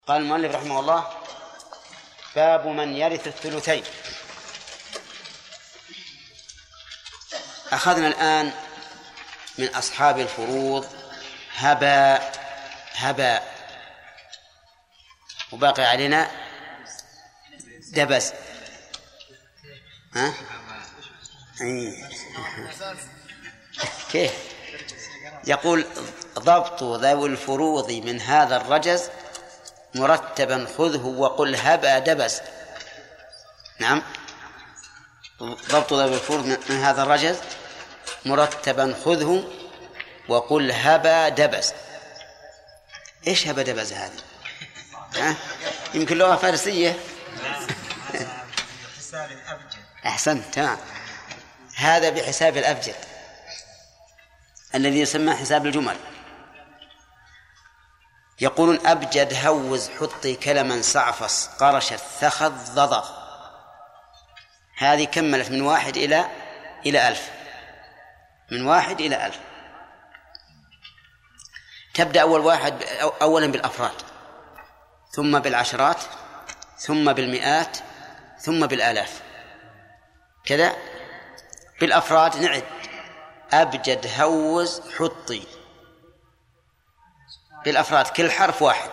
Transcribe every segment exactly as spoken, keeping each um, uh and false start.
قال المؤلف رحمه الله: باب من يرث الثلثين. أخذنا الآن من أصحاب الفروض هبا هبا وباقي علينا دبس. ها؟ كيف يقول: ضبط ذوي الفروض من هذا الرجز مرتبا خذه وقل هبا دبس. نعم، ضبط ذوي الفروض من هذا الرجز مرتبا خذه وقل هبا دبس. ايش هبا دبس هذه؟ ها؟ يمكن لغة فارسية. أحسنت، تمام. هذا بحساب الأبجد الذي يسمى حساب الجمل. يقولون: أبجد هوز حطي كلما صعفص قرش الثخذ ضضغ. هذه كملت من واحد إلى إلى ألف، من واحد إلى ألف. تبدأ أول واحد أولا بالأفراد، ثم بالعشرات، ثم بالمئات، ثم بالآلاف. كذا بالأفراد نعد: أبجد هوز حطي. بالأفراد كل حرف واحد.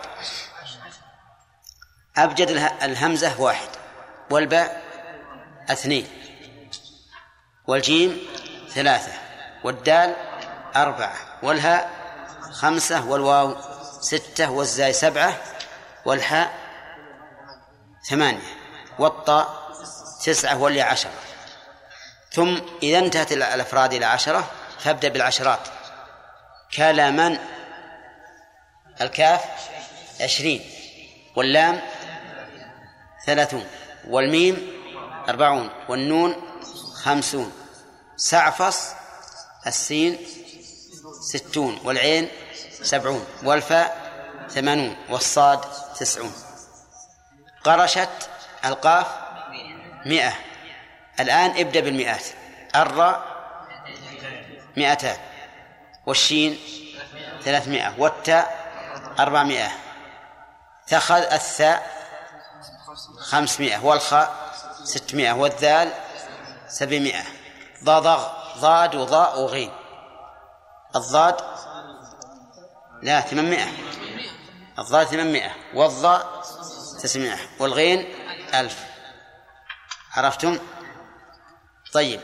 أبجد الهمزة واحد، والباء اثنين، والجيم ثلاثة، والدال أربعة، والهاء خمسة، والواو ستة، والزاي سبعة، والحاء ثمانية، والطاء تسعة، والياء عشرة. ثم إذا انتهت الأفراد إلى عشرة فابدأ بالعشرات. كلمن الكاف عشرين، واللام ثلاثون، والميم أربعون، والنون خمسون، سعفص السين ستون، والعين سبعون، والفاء ثمانون، والصاد تسعون. قرشت القاف مئة. الآن ابدأ بالمئات. الراء مئتان، والشين ثلاثمائة، والتاء أربعمائة، تأخذ الثاء خمسمائة، والخاء ستمائة، والذال سبعمائة. ضضغ ضاد وضاء وغين. الضاد لا ثمانمائة، الضاد ثمانمائة، والضاء تسعمائة، والغين ألف. عرفتم؟ طيب،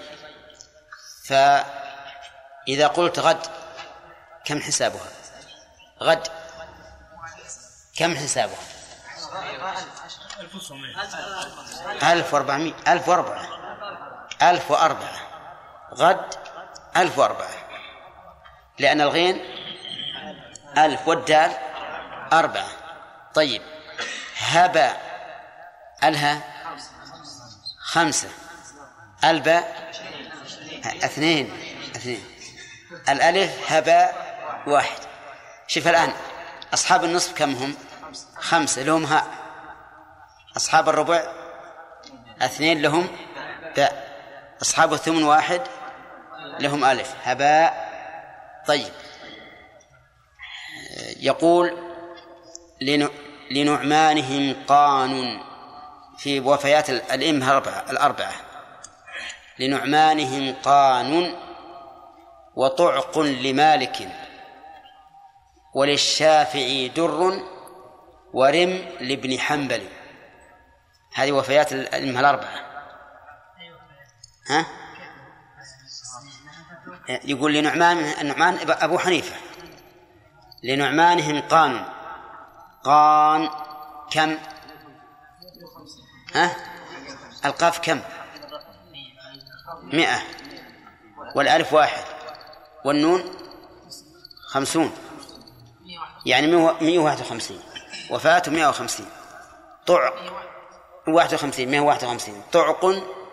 فإذا قلت غد كم حسابها؟ غد كم حسابها؟ ألف وأربعمائة، ألف وأربعة، ألف وأربعة. غد ألف وأربعة، لأن الغين ألف والدال أربعة. طيب، هبا الها خمسة، الباء اثنين اثنين، الألف هباء واحد. شوف الآن أصحاب النصف كم هم؟ خمسة لهم هاء. أصحاب الربع اثنين لهم باء. أصحاب الثمن واحد لهم ألف هباء. طيب، يقول: لنعمانهم قانون في وفيات الأئمة الأربعة. لنعمانهم قانون وطعق لمالك وللشافعي در ورم لابن حنبل. هذه وفيات الأئمة الأربعة. ها؟ يقول لنعمان، النعمان أبو حنيفة. لنعمانهم قانون. قان كم؟ ها؟ القاف كم؟ مئة، والألف واحد، والنون خمسون، يعني مئة وواحد وخمسين. وفاة مئة وخمسين. طعق واحد وخمسين، مئة وواحد وخمسين. طعق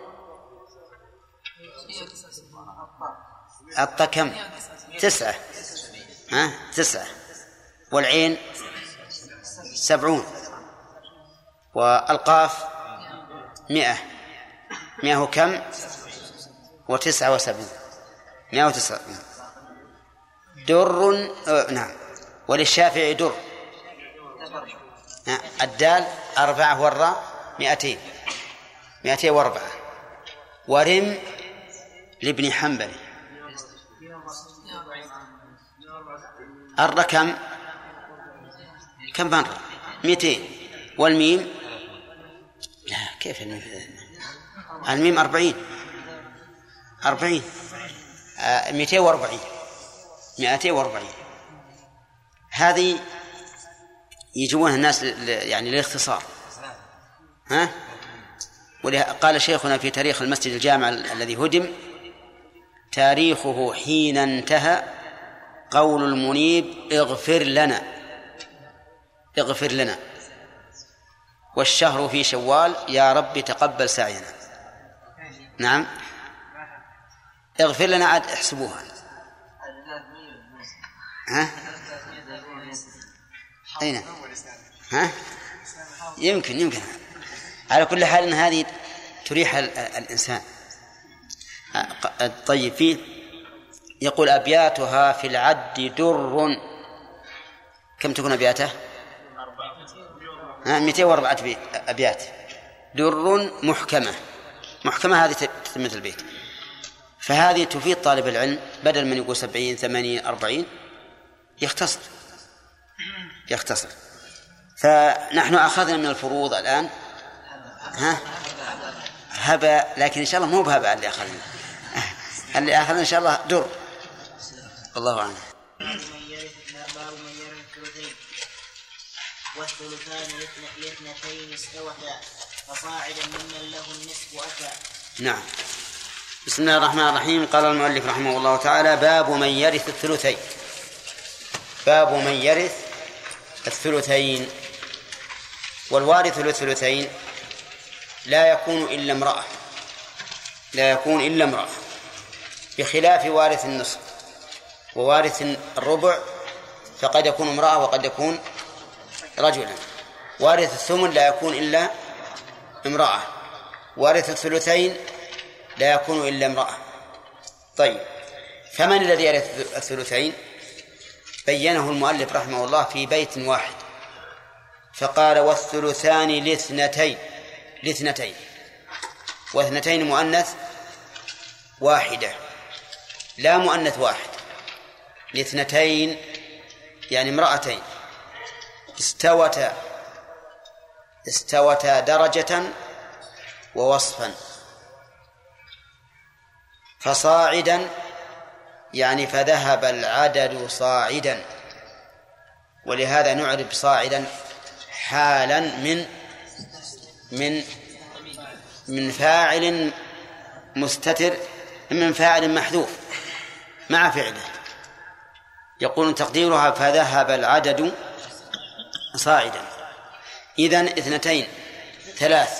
الطا كم؟ تسعة. ها؟ تسعة، والعين سبعون، والقاف مئة. مئة كم؟ وتسعة وسبعين، مئة وتسعة. در آه نعم. وللشافعي در الدال أربعة والراء مئتين مئتين وأربعة. ورم لابن حنبل الر كم كم مرة مئتين. والميم لا كيف الميم الميم أربعين أربعين مئتين وأربعين مئتين وأربعين. هذه يجوونها الناس يعني للاختصار ها. قال شيخنا في تاريخ المسجد الجامع الذي هدم: تاريخه حين انتهى قول المنيب اغفر لنا اغفر لنا، والشهر في شوال يا رب تقبل سعينا. نعم اغفر لنا عاد احسبوها ها أين ها يمكن يمكن على كل حال إن هذه تريح الإنسان. طيب فيه يقول أبياتها في العد در. كم تكون أبياته؟ مئتين وأربعة أبيات در محكمة. محكمة هذه تتمة البيت. فهذه تفيد طالب العلم بدل من يقول سبعين ثمانين أربعين يختصر يختصر. فنحن أخذنا من الفروض الآن ها هبا، لكن إن شاء الله مو بهبا اللي أخذنا اللي أخذنا إن شاء الله در. الله أعلم. والثلثان لاثنتين استوتا فصاعدا ممن له النصف أتى. نعم. بسم الله الرحمن الرحيم. قال المؤلف رحمه الله تعالى: باب من يرث الثلثين. باب من يرث الثلثين. والوارث للثلثين لا يكون إلا امرأة لا يكون إلا امرأة بخلاف وارث النصف ووارث الربع، فقد يكون امرأة وقد يكون رجلا. وارث الثمن لا يكون إلا امرأة. وارث الثلثين لا يكون إلا امرأة. طيب، فمن الذي يرث الثلثين؟ بينه المؤلف رحمه الله في بيت واحد، فقال: والثلثان لاثنتين لاثنتين واثنتين مؤنث واحدة لا مؤنث واحد. لاثنتين يعني امرأتين استوتا استوتا درجة ووصفا. فصاعدا يعني فذهب العدد صاعدا، ولهذا نعرب صاعدا حالا من من من فاعل مستتر من فاعل محذوف مع فعله، يقول تقديرها فذهب العدد صاعدا. إذن اثنتين ثلاث،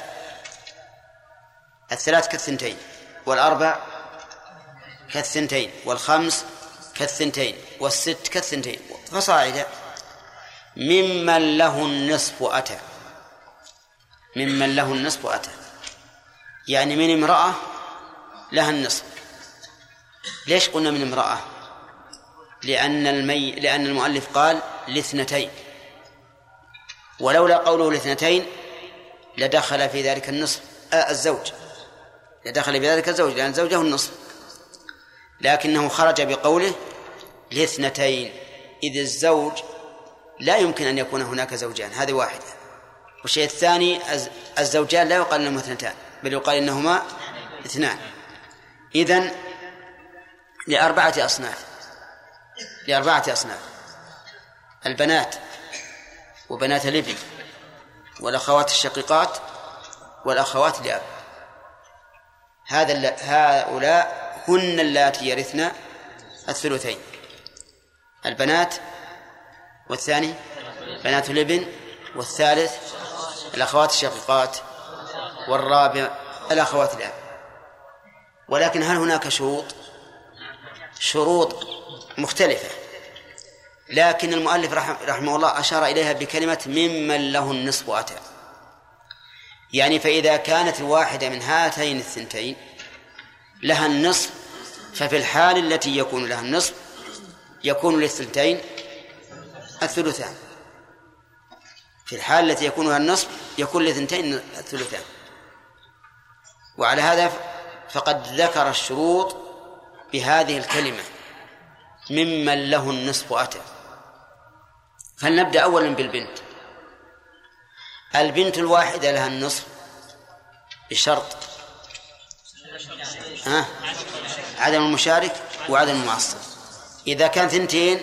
الثلاث كالثنتين، والأربع كالثنتين، والخمس كالثنتين، والست كالثنتين، فصاعدا. ممن له النصف أتى ممن له النصف أتى يعني من امرأة لها النصف. ليش قلنا من امرأة؟ لأن المي... لأن المؤلف قال لاثنتين، ولولا قوله لاثنتين لدخل في ذلك النصف آه الزوج لدخل في ذلك الزوج لأن زوجه النصف، لكنه خرج بقوله لاثنتين، إذ الزوج لا يمكن أن يكون هناك زوجان، هذه واحدة. والشيء الثاني الزوجان لا يقال أنهما اثنتان، بل يقال إنهما اثنان. إذن لأربعة أصناف لأربعة أصناف البنات وبنات الابن والأخوات الشقيقات والأخوات لأب. هذا هؤلاء هن اللاتي يرثن الثلثين: البنات، والثاني بنات الابن، والثالث الأخوات الشقيقات، والرابع الأخوات الأب. ولكن هل هناك شروط شروط مختلفة، لكن المؤلف رحمه الله أشار إليها بكلمة ممن له النصف أتى، يعني فإذا كانت الواحدة من هاتين الثنتين لها النصف، ففي الحال التي يكون لها النصف يكون للثنتين الثلثان. في الحال التي يكونها النصف يكون لثنتين الثلثان. وعلى هذا فقد ذكر الشروط بهذه الكلمة ممن له النصف أتى. فلنبدأ أولا بالبنت. البنت الواحدة لها النصف بشرط ها عدم المشارك وعدم المعصب. إذا كان ثنتين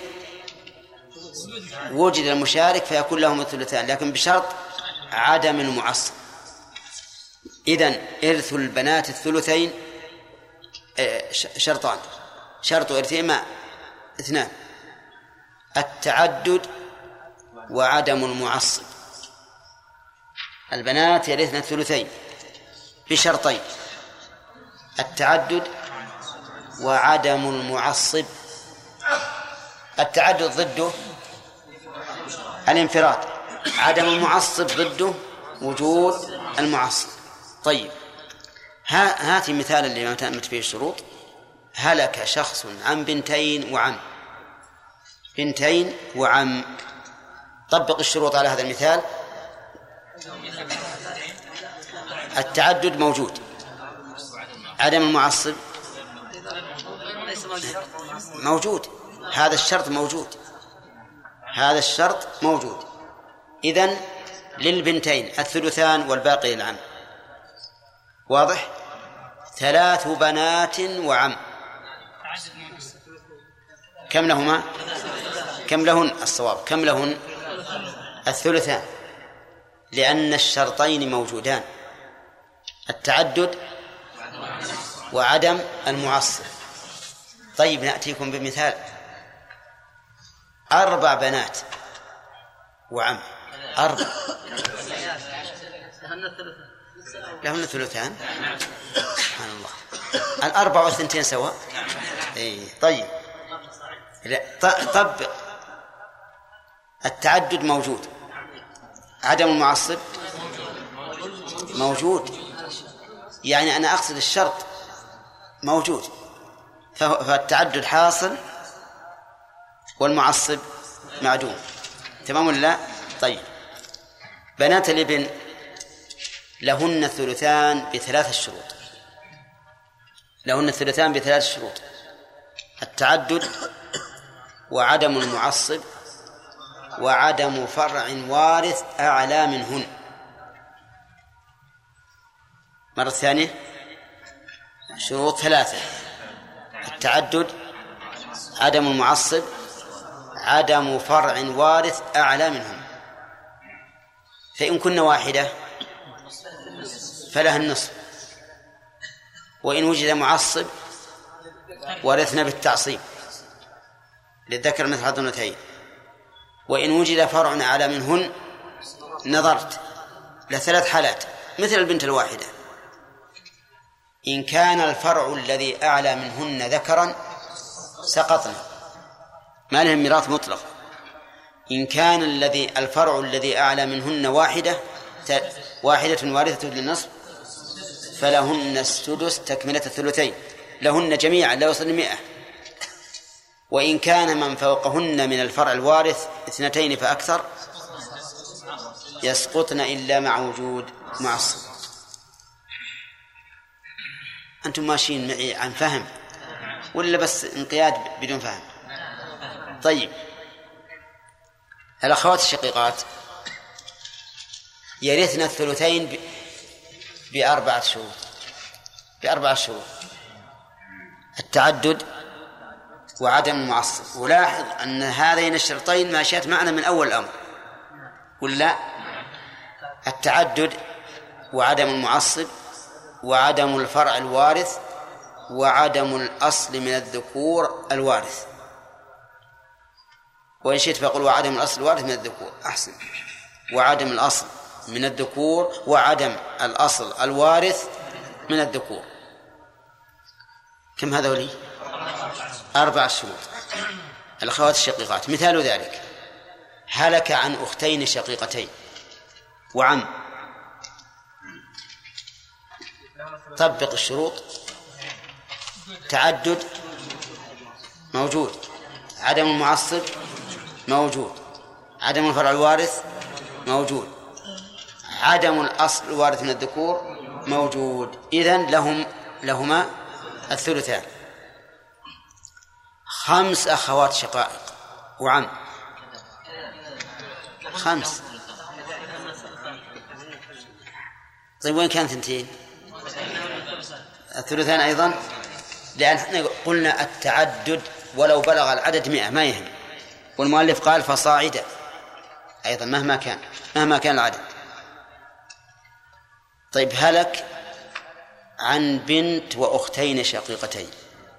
وجد المشارك فيكون لهم الثلثان، لكن بشرط عدم المعصب. إذن إرث البنات الثلثين شرطان، شرط إرثهما اثنان: التعدد وعدم المعصب. البنات يرثن الثلثين بشرطين: التعدد وعدم المعصب. التعدد ضده الانفراد، عدم المعصب ضده وجود المعصب. طيب، هاتي مثالا لما تمت فيه الشروط. هلك شخص عن بنتين وعم، بنتين وعم. طبق الشروط على هذا المثال. التعدد موجود، عدم المعصب موجود، هذا الشرط موجود، هذا الشرط موجود. إذن للبنتين الثلثان والباقي العم. واضح؟ ثلاث بنات وعم، كم لهما؟ كم لهن الصواب؟ كم لهن؟ الثلثان، لأن الشرطين موجودان: التعدد وعدم المعصب. طيب، نأتيكم بمثال: أربع بنات وعم، أربع لهن الثلثان. سبحان الله، الأربع والثنتين سواء. إيه طيب، طبق. التعدد موجود، عدم المعصب موجود، يعني أنا أقصد الشرط موجود، فالتعدد حاصل والمعصب معدوم. تمام ولا لا؟ طيب، بنات الابن لهن الثلثان بثلاث شروط، لهن الثلثان بثلاث شروط: التعدد وعدم المعصب وعدم فرع وارث أعلى منهن. مرة ثانية، شروط ثلاثة: التعدد، عدم المعصب، عدم فرع وارث أعلى منهن. فإن كن واحدة فلها النصف، وإن وجد معصب ورثنا بالتعصيب للذكر مثل حظ الأنثيين، وإن وجد فرع أعلى منهن نظرت لثلاث حالات مثل البنت الواحدة: إن كان الفرع الذي أعلى منهن ذكرا سقطنا، ما لهم ميراث مطلق. إن كان الذي الفرع الذي أعلى منهن واحدة واحدة وارثة للنصف فلهن السدس تكملة الثلثين، لهن جميعا لا يوصل مئة. وإن كان من فوقهن من الفرع الوارث اثنتين فأكثر يسقطن إلا مع وجود معصب. أنتم ماشيين معي عن فهم ولا بس انقياد بدون فهم؟ طيب، الأخوات الشقيقات يرثن الثلثين بأربعة شروط، بأربعة شروط: التعدد وعدم المعصب. ولاحظ أن هذين الشرطين ماشيات معنا من أول الأمر، ولا؟ التعدد وعدم المعصب وعدم الفرع الوارث وعدم الأصل من الذكور الوارث. وإن شئت فأقول وعدم الأصل الوارث من الذكور، أحسن. وعدم الأصل من الذكور وعدم الأصل الوارث من الذكور. كم هذا ولي؟ أربع شروط. الأخوات الشقيقات مثال ذلك: هلك عن أختين شقيقتين وعم. طبق الشروط: تعدد موجود، عدم المعصب موجود، عدم الفرع الوارث موجود. عدم الأصل الوارث من الذكور موجود. إذن لهم لهما الثلثان. خمس أخوات شقائق وعم، خمس. طيب وين كانت ثنتين؟ الثلثان أيضا، لأن قلنا التعدد ولو بلغ العدد مئة ما يهم، والمؤلف قال فصاعدا أيضا مهما كان مهما كان العدد. طيب هلك عن بنت وأختين شقيقتين،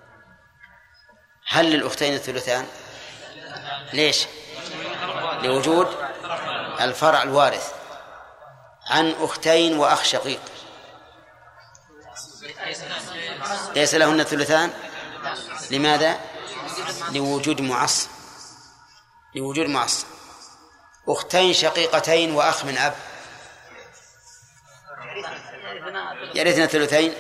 هل للأختين الثلثان؟ ليش؟ لوجود الفرع الوارث. عن أختين وأخ شقيق ليس لهن الثلثان. لماذا؟ لوجود معصب، لوجود معصب. أختين شقيقتين وأخ من أب يرثنا الثلثين.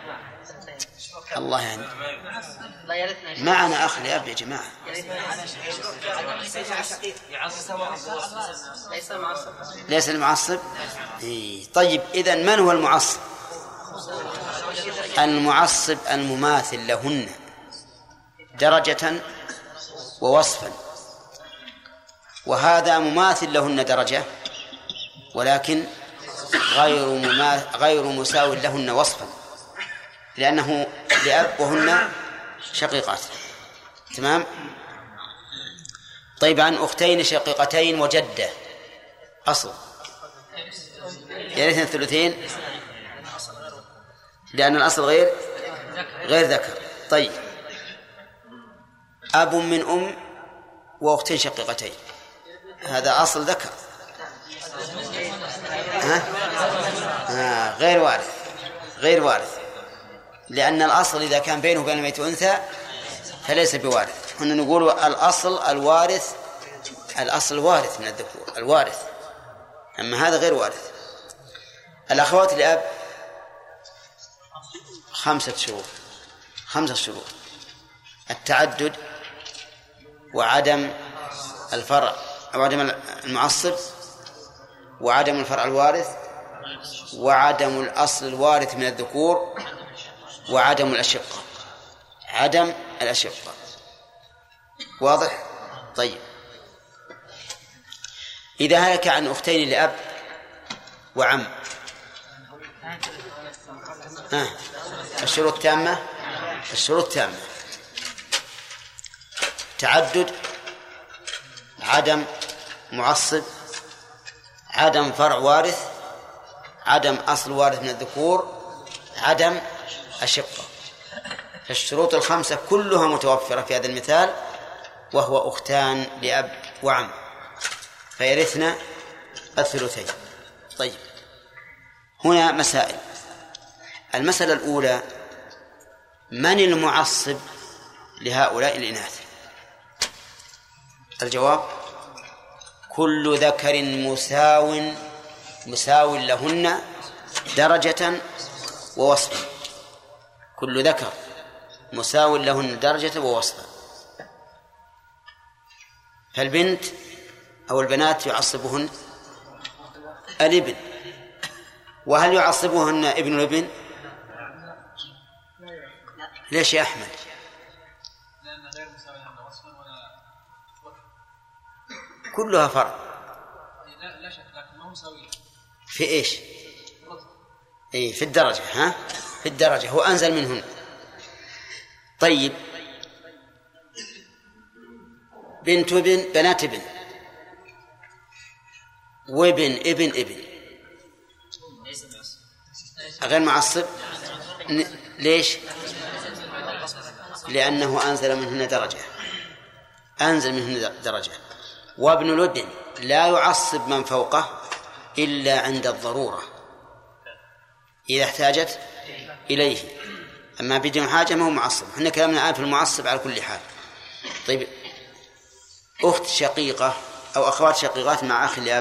الله يعني معنا أخ لأب يا جماعة. ليس المعصب. طيب إذن من هو المعصب؟ المعصب المماثل لهن درجة ووصفا، وهذا مماثل لهن درجة ولكن غير غير مساو لهن وصفا، لأنه لأب وهن شقيقات. تمام. طيب عن أختين شقيقتين وجدة أصل يرثن الثلثين لأن الأصل غير غير ذكر. طيب أب من أم وأختين شقيقتين، هذا أصل ذكر. ها؟ آه غير وارث، غير وارث، لأن الأصل إذا كان بينه وبين الميت أنثى فليس بوارث. هنا نقول الأصل الوارث، الأصل الوارث من الذكور الوارث، أما هذا غير وارث. الأخوات لأب خمسة شروط، خمسة شروط: التعدد، وعدم الفرع أو عدم المعصب، وعدم الفرع الوارث، وعدم الأصل الوارث من الذكور، وعدم الأشقة، عدم الأشقة. واضح؟ طيب إذا هلك عن أختين لأب وعم، ها الشروط تامة، الشروط تامة: تعدد، عدم معصب، عدم فرع وارث، عدم أصل وارث من الذكور، عدم أشقة. فالشروط الخمسة كلها متوفرة في هذا المثال، وهو أختان لأب وعم، فيرثنا الثلثين. طيب هنا مسائل. المسألة الأولى: من المعصب لهؤلاء الإناث؟ الجواب: كل ذكر مساو مساو لهن درجة ووصفا. كل ذكر مساو لهن درجة ووصفا. فالبنت أو البنات يعصبهن الابن. وهل يعصبهن ابن الابن؟ ليش يا أحمد؟ كلها فرع. لا شك، لكن ما هو مساوي في إيش؟ إيه في الدرجة. ها في الدرجة هو أنزل منهن. طيب بنت وابن، بنات ابن، وابن ابن ابن غير معصب. ليش؟ لأنه أنزل منهن درجة، أنزل منهن درجة. وابن الابن لا يعصب من فوقه إلا عند الضرورة إذا احتاجت إليه، أما بدون حاجة ما هو معصب. احنا كلامنا الآن في المعصب على كل حال. طيب أخت شقيقة أو أخوات شقيقات مع أخ لأب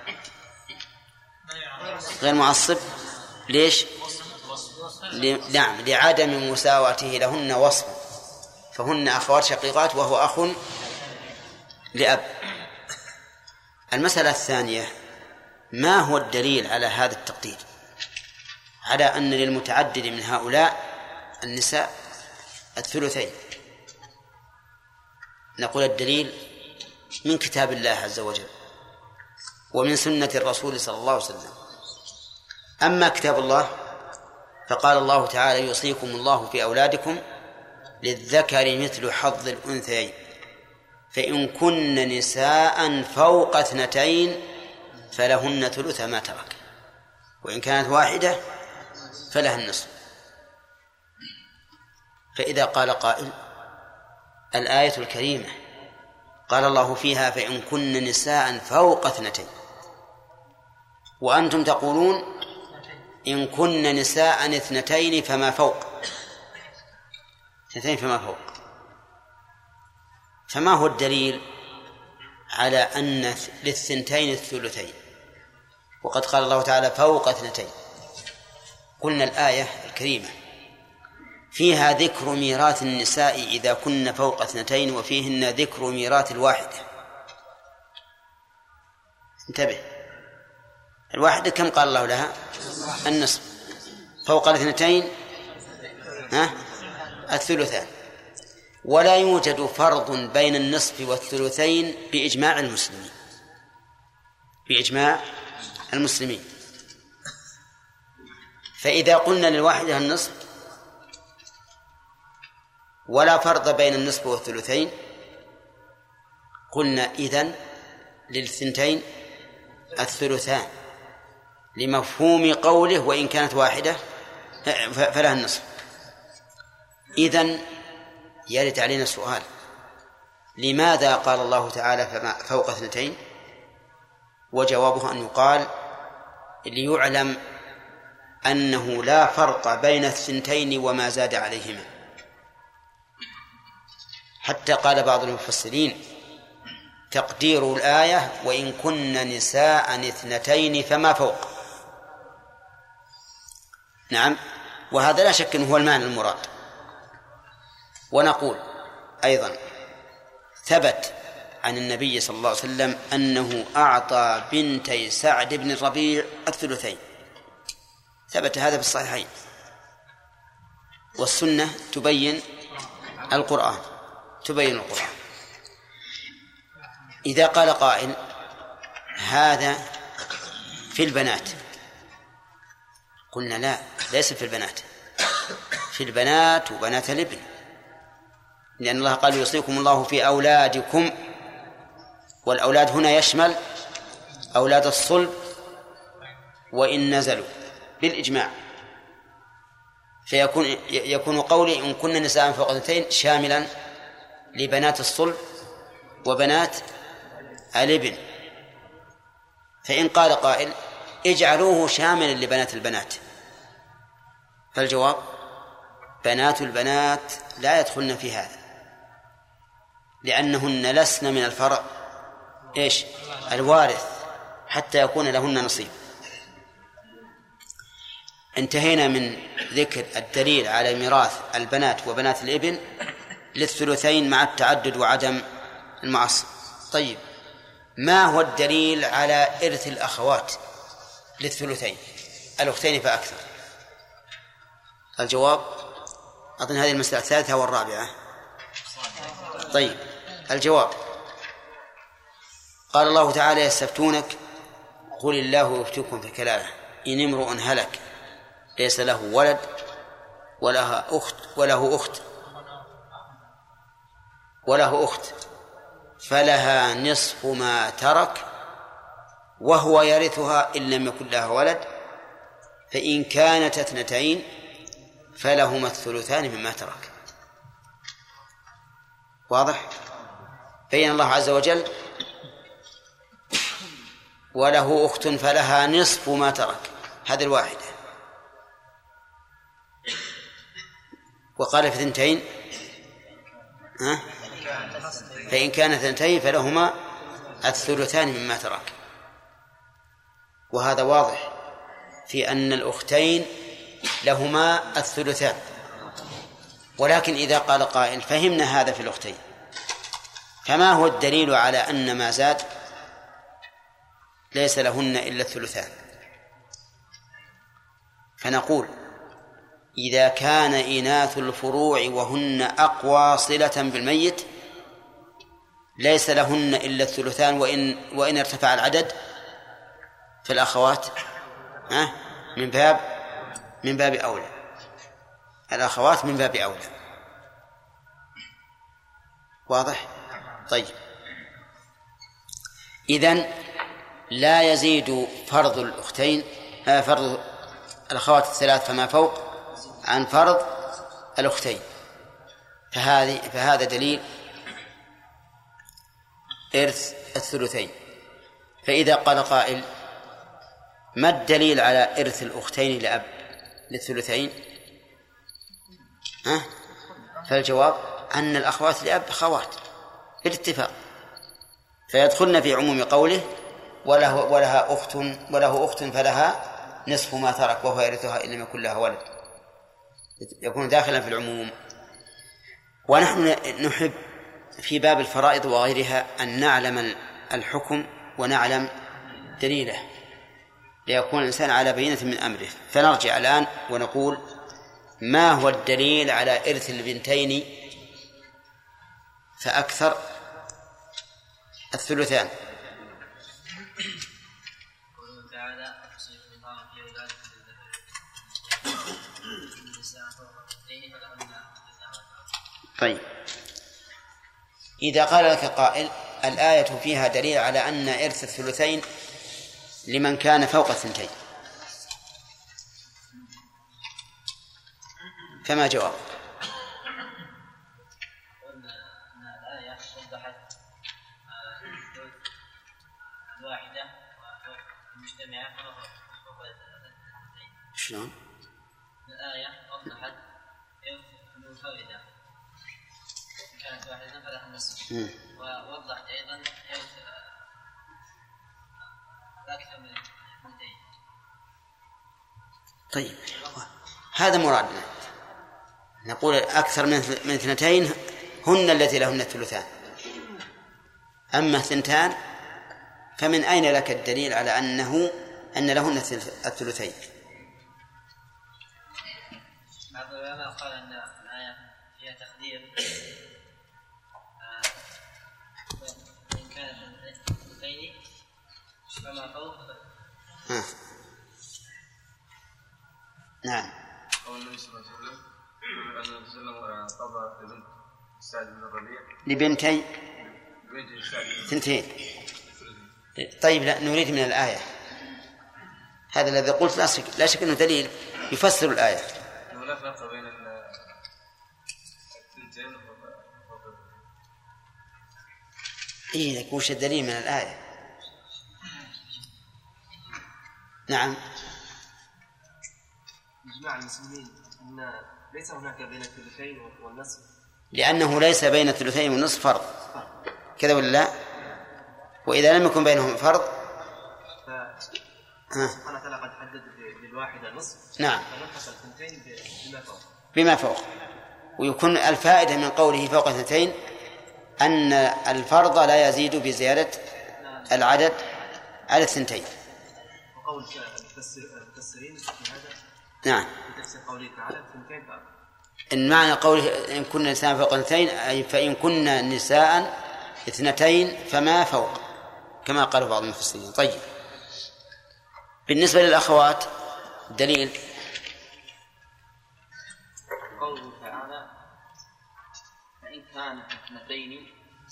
غير معصب. ليش؟ نعم لعدم مساواته لهن وصفا، فهن أخوات شقيقات وهو أخ لأب. المسألة الثانية: ما هو الدليل على هذا التقدير، على أن للمتعدد من هؤلاء النساء الثلثين؟ نقول الدليل من كتاب الله عز وجل ومن سنة الرسول صلى الله عليه وسلم. أما كتاب الله فقال الله تعالى: يوصيكم الله في أولادكم للذكر مثل حظ الأنثيين فإن كن نساء فوق اثنتين فلهن ثلث ما ترك وإن كانت واحدة فلها النصف. فإذا قال قائل: الآية الكريمة قال الله فيها فإن كن نساء فوق اثنتين، وأنتم تقولون إن كن نساء اثنتين فما فوق، اثنتين فما فوق، فما هو الدليل على أن للثنتين الثلثين وقد قال الله تعالى فوق اثنتين؟ قلنا الآية الكريمة فيها ذكر ميراث النساء إذا كن فوق اثنتين وفيهن ذكر ميراث الواحدة. انتبه، الواحدة كم قال الله لها؟ النصف. فوق الاثنتين ها الثلثان. ولا يوجد فرض بين النصف والثلثين بإجماع المسلمين، بإجماع المسلمين. فإذا قلنا للواحدة النصف ولا فرض بين النصف والثلثين قلنا إذن للثنتين الثلثان لمفهوم قوله وإن كانت واحدة فلها النصف. إذن يرد علينا السؤال: لماذا قال الله تعالى فما فوق اثنتين؟ وجوابه أن يقال ليعلم أنه لا فرق بين الثنتين وما زاد عليهما. حتى قال بعض المفسرين تقدير الآية وإن كن نساء اثنتين فما فوق. نعم، وهذا لا شك أنه هو المعنى المراد. ونقول أيضا ثبت عن النبي صلى الله عليه وسلم أنه أعطى بنتي سعد بن الربيع الثلثين، ثبت هذا في الصحيحين، والسنة تبين القرآن تبين القرآن. إذا قال قائل هذا في البنات، قلنا لا، ليس في البنات، في البنات وبنات الابن، لأن الله قال يوصيكم الله في أولادكم، والأولاد هنا يشمل أولاد الصلب وإن نزلوا بالإجماع، فيكون يكون قولي إن كن نساء فوق اثنتين شاملا لبنات الصلب وبنات الابن. فإن قال قائل اجعلوه شاملا لبنات البنات، فالجواب بنات البنات لا يدخلن في هذا، لأنهن لسن من الفرع إيش الوارث حتى يكون لهن نصيب. انتهينا من ذكر الدليل على ميراث البنات وبنات الابن للثلثين مع التعدد وعدم المعصب. طيب، ما هو الدليل على إرث الأخوات للثلثين، الأختين فأكثر؟ الجواب أظن هذه المسألة الثالثة والرابعة. طيب، الجواب قال الله تعالى يستفتونك قل الله يفتيكم في الكلالة إن امرؤ هلك ليس له ولد ولها أخت وله أخت وله أخت فلها نصف ما ترك وهو يرثها إن لم يكن لها ولد فإن كانت اثنتين فلهما الثلثان مما ترك. واضح؟ بين الله عز وجل وله أخت فلها نصف ما ترك، هذه الواحدة، وقال في اثنتين ها؟ فإن كانت اثنتين فلهما الثلثان مما ترك. وهذا واضح في أن الأختين لهما الثلثان. ولكن إذا قال قائل فهمنا هذا في الأختين، فما هو الدليل على أن ما زاد ليس لهن إلا الثلثان، فنقول إذا كان إناث الفروع وهن أقوى صلة بالميت ليس لهن إلا الثلثان، وإن وإن ارتفع العدد فالأخوات من باب من باب أولى، الأخوات من باب أولى. واضح؟ طيب، إذن لا يزيد فرض الأختين فرض الأخوات الثلاث فما فوق عن فرض الأختين، فهذه فهذا دليل إرث الثلثين. فإذا قال قائل ما الدليل على إرث الأختين لأب للثلثين؟ ها؟ فالجواب أن الأخوات لأب خوات بالاتفاق، فيدخلن في عموم قوله وله ولها أخت وله أخت فلها نصف ما ترك وهو يرثها إن لم يكن لها ولد، يكون داخلا في العموم. ونحن نحب في باب الفرائض وغيرها أن نعلم الحكم ونعلم دليله ليكون الإنسان على بينة من أمره. فنرجع الآن ونقول ما هو الدليل على إرث البنتين فأكثر الثلثان؟ طيب، إذا قال لك قائل الآية فيها دليل على أن إرث الثلثين لمن كان فوق الثنتين، فما جواب؟ قلنا أن الآية وضحت الواحدة والمجتمعة فوق الثنتين. شلون؟ الآية وضحت المنفردة كانت واحدة فلها النصف، ووضحت أيضا أكثر من اثنتين. طيب، هذا مرادنا، نقول أكثر من من اثنتين هن التي لهن الثلثان، أما الثنتان فمن أين لك الدليل على أنه أن لهن الثلثين؟ بعض العلماء قال أن الآية فيها تقدير إن كانت الثلثين فما فوق. ها. نعم. قول النبي صلى الله عليه وسلم أن وسلم قضى لبنت سعد بن الربيع لبنتي ثنتين. طيب، لا نريد من الآية هذا الذي قلت لا شك لا شك أنه دليل يفسر الآية. لا فرق بين الثنتين إيه لك وش الدليل من الآية؟ نعم. إجماع المسلمين أن ليس هناك بين الثلثين والنصف، لأنه ليس بين الثلثين والنصف فرض، كذا ولا لا؟ وإذا لم يكن بينهم فرض فسبحانه وتعالى قد حدد للواحدة نصف، نعم، فنقص الثنتين بما فوق بما فوق. ويكون الفائدة من قوله فوق اثنتين أن الفرض لا يزيد بزيادة العدد على الثنتين. وقول المفسرين في هذا نعم، في تفسير قوله تعالى الثنتين فقط، إن معنى قوله إن كنا نساء فوق اثنتين أي فإن كنا نساء اثنتين فما فوق، كما قال بعض المفسرين. طيب، بالنسبة للأخوات دليل قوله تعالى فإن كانت اثنتين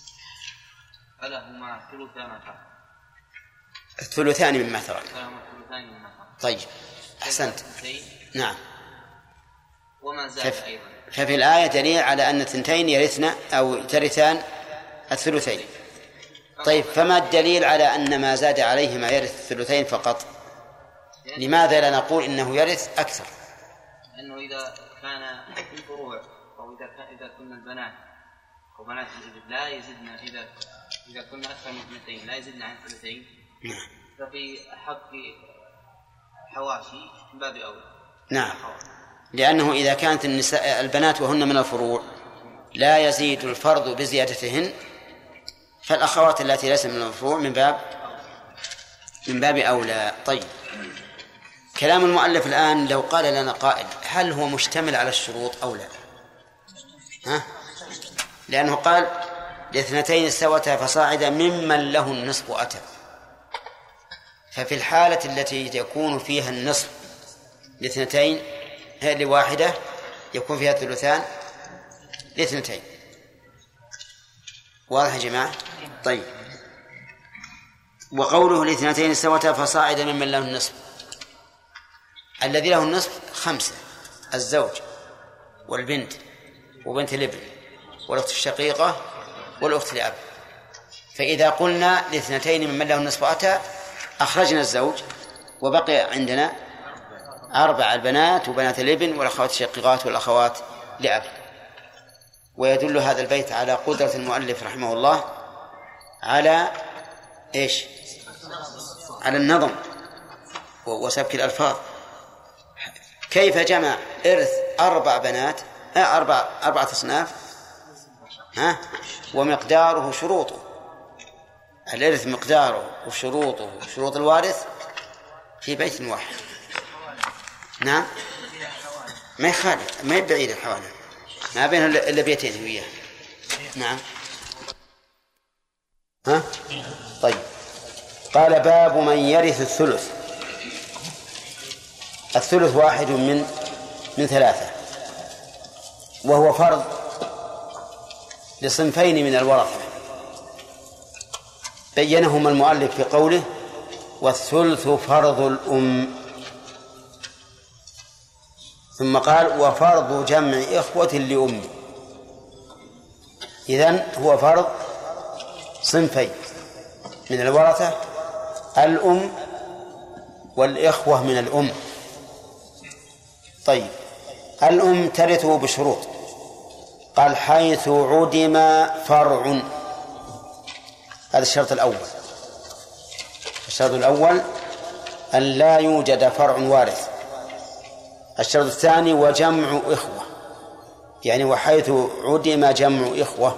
فلهما ثلثان فقط، الثلثان مما ترك. فلهما ثلثان مما ترك. طيب، أحسنت. نعم. وما زاد فف... أيضا ففي الآية دليل على أن الثنتين يرثن أو ترثان الثلثين. طيب، فما الدليل على أن ما زاد عليهما يرث الثلثين فقط؟ لماذا لا نقول إنه يرث أكثر؟ لأنه إذا كان في الفروع أو إذا كان إذا كنا البنات أو بنات الإبل لا يزدنا إذا إذا كنا أكثر من اثنتين لا يزدنا عن ثلثين، ففي حق حواشي من باب أولى. نعم، لأنه إذا كانت النساء البنات وهن من الفروع لا يزيد الفرض بزيادتهن، فالأخوات التي ليس من الفروع من باب من باب أولى. طيب، كلام المؤلف الآن لو قال لنا قائل هل هو مشتمل على الشروط أو لا؟ ها؟ لأنه قال لاثنتين استوتا فصاعدا ممن له النصف أتى، ففي الحالة التي يكون فيها النصف لاثنتين هي لواحدة يكون فيها ثلثان لاثنتين. واضح يا جماعة؟ طيب، وقوله لاثنتين استوتا فصاعدا ممن له النصف، الذي له النصف خمسة: الزوج والبنت وبنت الابن والأخت الشقيقة والأخت لأب. فإذا قلنا لاثنتين ممن له النصف أتى أخرجنا الزوج وبقي عندنا أربع: البنات وبنات الابن والأخوات الشقيقات والأخوات لأب. ويدل هذا البيت على قدرة المؤلف رحمه الله على إيش؟ على النظم وسبك الألفاظ. كيف جمع إرث أربع بنات أربع أربعة أصناف ها ومقداره شروطه، الإرث مقداره وشروطه وشروط الوارث في بيت واحد. نعم، ما يخالف، ما يبعيد الحوالي، ما بين إلا بيتين وياه. نعم. ها؟ طيب، قال: باب من يرث الثلث. الثلث واحد من من ثلاثة، وهو فرض لصنفين من الورثة بينهما المؤلف في قوله: والثلث فرض الأم. ثم قال: وفرض جمع إخوة لأم. إذن هو فرض صنفين من الورثة: الأم والإخوة من الأم. طيب، الأم ترثه بشروط، قال: حيث عدم فرع. هذا الشرط الأول. الشرط الأول أن لا يوجد فرع وارث. الشرط الثاني: وجمع إخوة، يعني وحيث عدم جمع إخوة.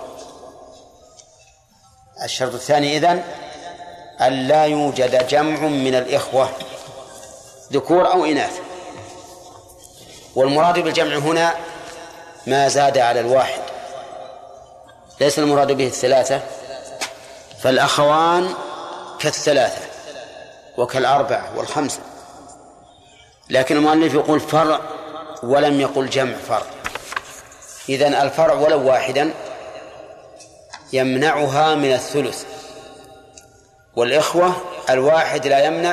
الشرط الثاني إذن أن لا يوجد جمع من الإخوة ذكور أو إناث. والمراد بالجمع هنا ما زاد على الواحد، ليس المراد به الثلاثة، فالأخوان كالثلاثة وكالأربعة والخمسة، لكن المؤلف يقول فرع ولم يقل جمع فرع. إذن الفرع ولو واحدا يمنعها من الثلث، والإخوة الواحد لا يمنع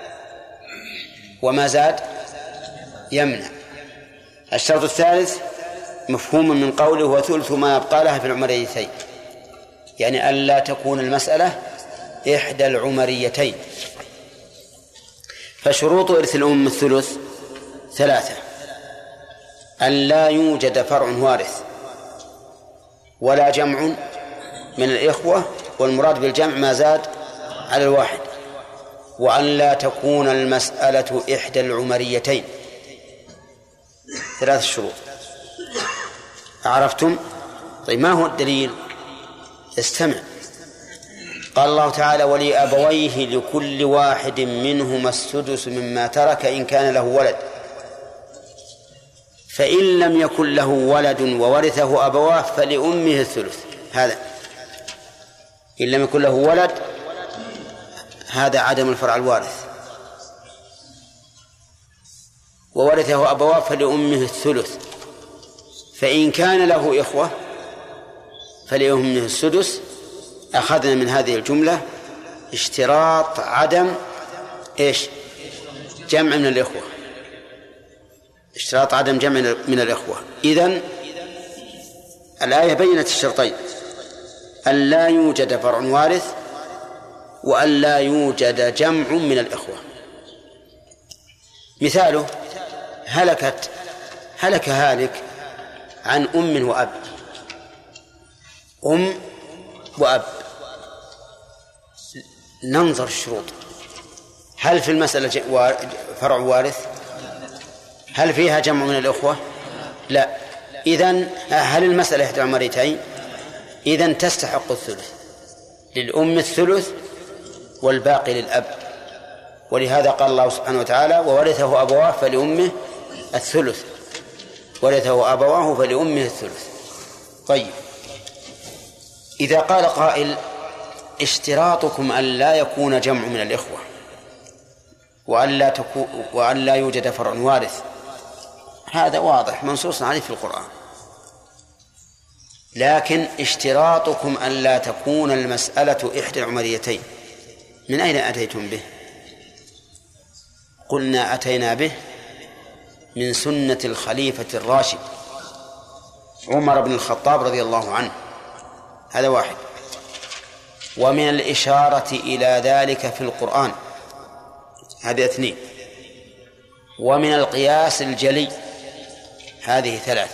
وما زاد يمنع. الشرط الثالث مفهوم من قوله: وثلث ما يبقى لها في العمريتين، يعني ألا تكون المسألة إحدى العمريتين. فشروط إرث الأم الثلث ثلاثة: أن لا يوجد فرع وارث ولا جمع من الإخوة، والمراد بالجمع ما زاد على الواحد، وأن لا تكون المسألة إحدى العمريتين. ثلاث شروط. عرفتم؟ طيب، ما هو الدليل؟ استمع. قال الله تعالى: ولأبويه لكل واحد منهما السدس مما ترك إن كان له ولد، فإن لم يكن له ولد وورثه أبواه فلأمه الثلث. هذا إن لم يكن له ولد، هذا عدم الفرع الوارث، وورثه أبواه فلأمه الثلث. فإن كان له إخوة فلأمه السدس. أخذنا من هذه الجملة اشتراط عدم إيش؟ جمع من الإخوة، اشتراط عدم جمع من الإخوة. إذن الآية بينت الشرطين: أن لا يوجد فرع وارث وأن لا يوجد جمع من الإخوة. مثاله: هلكت هلك هالك عن أم وأب، أم وأب. ننظر الشروط: هل في المسألة فرع وارث؟ هل فيها جمع من الأخوة؟ لا. إذن هل المسألة إحدى العمريتين؟ إذن تستحق الثلث، للأم الثلث والباقي للأب. ولهذا قال الله سبحانه وتعالى وورثه أبواه فلأمه الثلث، ورثه أبواه فلأمه الثلث. طيب، إذا قال قائل اشتراطكم أن لا يكون جمع من الإخوة وأن لا, تكو وأن لا يوجد فرع وارث، هذا واضح منصوص عليه في القرآن، لكن اشتراطكم أن لا تكون المسألة إحدى العمريتين، من أين أتيتم به؟ قلنا أتينا به من سنة الخليفة الراشد عمر بن الخطاب رضي الله عنه، هذا واحد، ومن الإشارة إلى ذلك في القرآن، هذه اثنين، ومن القياس الجلي، هذه ثلاثة.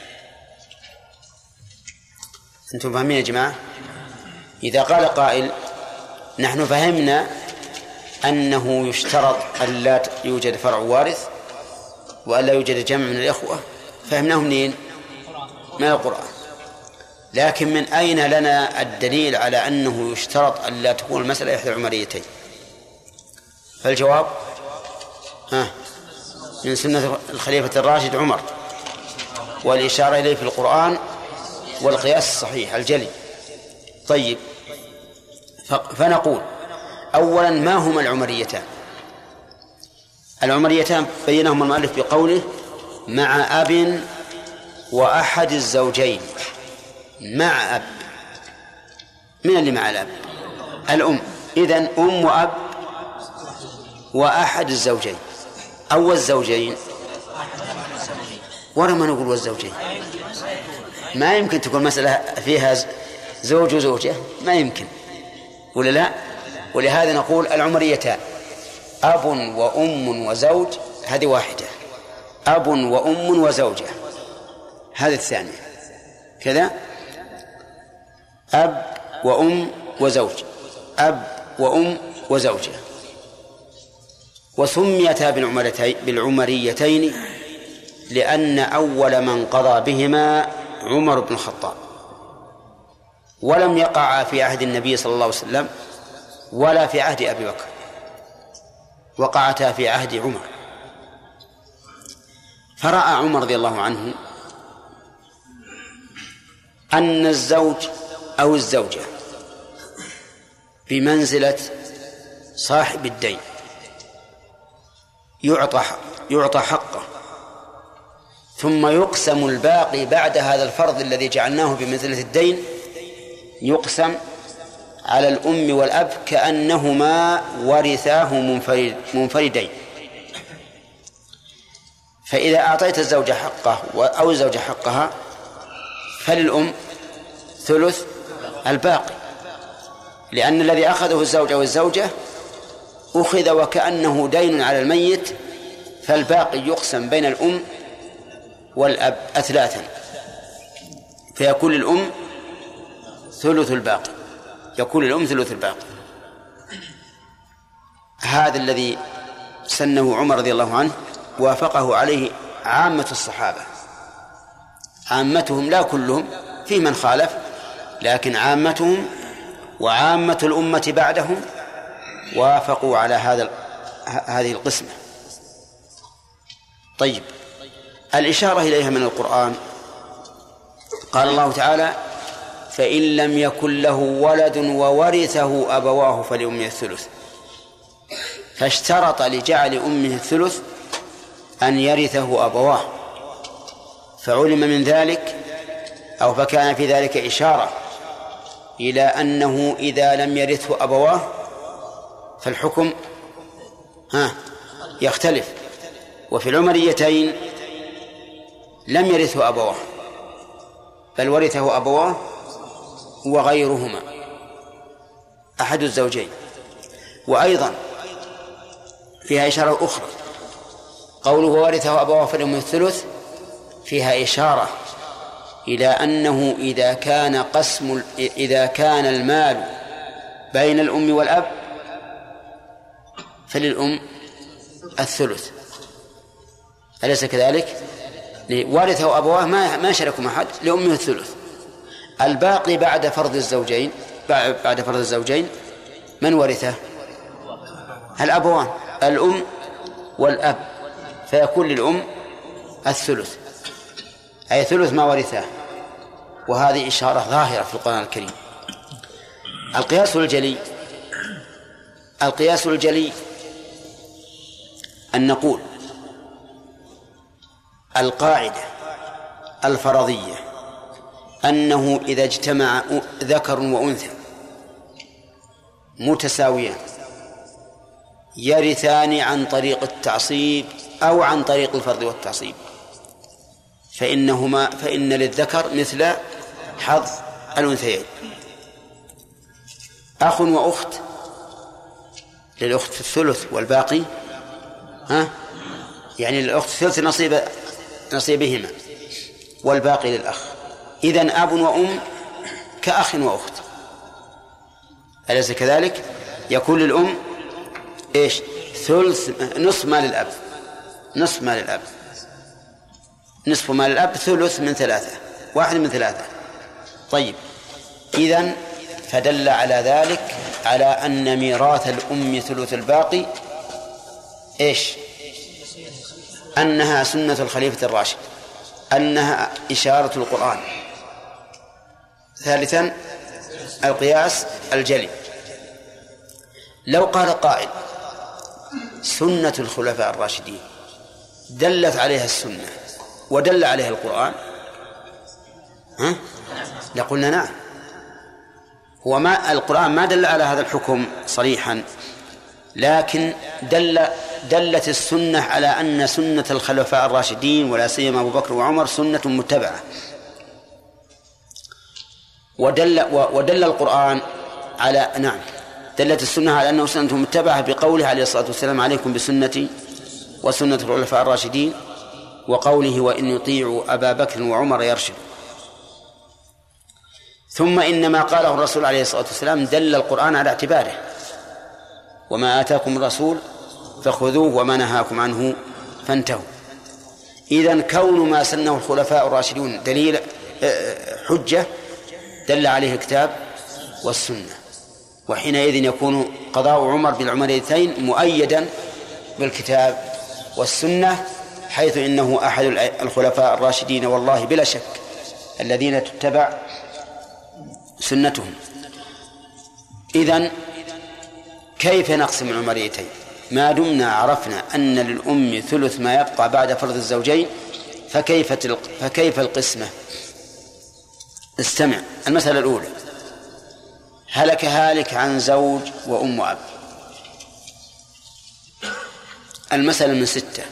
أنتم فاهمين يا جماعة؟ إذا قال قائل نحن فهمنا أنه يشترط أن لا يوجد فرع وارث وأن لا يوجد جمع من الإخوة، فهمناه منين؟ من القرآن، لكن من أين لنا الدليل على أنه يشترط أن لا تكون المسألة إحدى العمريتين؟ فالجواب ها من سنة الخليفة الراشد عمر، والإشارة إليه في القرآن، والقياس الصحيح الجلي. طيب، فنقول أولا ما هما العمريتان؟ العمريتان بينهما المؤلف بقوله مع أب وأحد الزوجين. مع أب، من اللي مع الأب؟ الأم. إذن أم وأب وأحد الزوجين أو الزوجين، ولا ما نقول والزوجين، ما يمكن تكون مسألة فيها زوج وزوجة، ما يمكن، ولا لا؟ ولهذا نقول العمريتان أب وأم وزوج، هذه واحدة، أب وأم وزوجة، هذه الثانية، كذا أب وأم وزوج، أب وأم وزوجة. وسميتا بالعمريتين لأن أول من قضى بهما عمر بن الخطاب، ولم يقع في عهد النبي صلى الله عليه وسلم ولا في عهد أبي بكر، وقعتا في عهد عمر. فرأى عمر رضي الله عنه أن الزوج أو الزوجة بمنزلة صاحب الدين، يعطى يعطى حقه، ثم يقسم الباقي بعد هذا الفرض الذي جعلناه بمنزلة الدين، يقسم على الأم والأب كأنهما ورثاه منفرد منفردين. فإذا أعطيت الزوج حقه أو الزوجة حقها فللأم ثلث الباقي، لأن الذي أخذه الزوج أو الزوجة أخذ وكأنه دين على الميت، فالباقي يقسم بين الأم والأب أثلاثا، فيكون للأم ثلث الباقي، يكون للأم ثلث الباقي. هذا الذي سنه عمر رضي الله عنه، وافقه عليه عامة الصحابة، عامتهم لا كلهم، في من خالف، لكن عامتهم وعامة الأمة بعدهم وافقوا على هذا هذه القسمة. طيب، الإشارة إليها من القرآن، قال الله تعالى فإن لم يكن له ولد وورثه أبواه فلأمه الثلث، فاشترط لجعل أمه الثلث أن يرثه أبواه، فعلم من ذلك أو فكان في ذلك إشارة إلى أنه إذا لم يرثه أبواه فالحكم ها يختلف. وفي العمريتين لم يرثه أبواه بل ورثه أبواه وغيرهما أحد الزوجين. وأيضا فيها إشارة أخرى، قوله ورثه أبواه فلأمه الثلث، فيها إشارة إلى أنه إذا كان قسم إذا كان المال بين الأم والأب فللأم الثلث، أليس كذلك؟ ورثه أبواه ما ما شاركوا أحد، لأمه الثلث. الباقي بعد فرض الزوجين بعد فرض الزوجين من ورثه؟ الأبوان، الأم والأب، فيكون للأم الثلث، أي ثلث ما ورثاه. وهذه إشارة ظاهرة في القرآن الكريم. القياس الجلي القياس الجلي أن نقول القاعدة الفرضية أنه إذا اجتمع ذكر وأنثى متساويان يرثان عن طريق التعصيب أو عن طريق الفرض والتعصيب، فإنهما فإن للذكر مثل حظ الأنثيين. أخ وأخت للأخت الثلث والباقي ها يعني للأخت ثلث نصيب نصيبهما والباقي للأخ. إذن أب وأم كأخ وأخت، أليس كذلك؟ يكون للأم إيش؟ ثلث نصف مال الأب، نصف مال الأب، نصف مال الأب ثلث من ثلاثة، واحد من ثلاثة. طيب، إذن فدل على ذلك على أن ميراث الأم ثلث الباقي إيش؟ أنها سنة الخليفة الراشد، أنها إشارة القرآن. ثالثا القياس الجلي. لو قال قائل سنة الخلفاء الراشدين دلت عليها السنة ودل عليها القرآن، ها؟ لقلنا نعم. هو ما القرآن ما دل على هذا الحكم صريحا، لكن دل دلت السنة على أن سنة الخلفاء الراشدين ولا سيما أبو بكر وعمر سنة متبعة، ودل ودل القرآن على نعم دلت السنة على أنه سنة متبعة بقوله عليه الصلاة والسلام عليكم بسنتي وسنة الخلفاء الراشدين، وقوله وإن يطيعوا أبا بكر وعمر يرشد. ثم إن ما قاله الرسول عليه الصلاة والسلام دل القرآن على اعتباره، وما آتاكم الرسول فخذوه وما نهاكم عنه فانتهوا. إذن كون ما سنه الخلفاء الراشدون دليل حجة دل عليه الكتاب والسنة، وحينئذ يكون قضاء عمر بالعمريتين مؤيدا بالكتاب والسنة، حيث إنه أحد الخلفاء الراشدين والله بلا شك الذين تتبع سنتهم. إذن كيف نقسم العمريتين ما دمنا عرفنا أن للأم ثلث ما يبقى بعد فرض الزوجين؟ فكيف فكيف القسمة؟ استمع. المسألة الأولى: هلك هالك عن زوج وأم وأب. المسألة من ستة.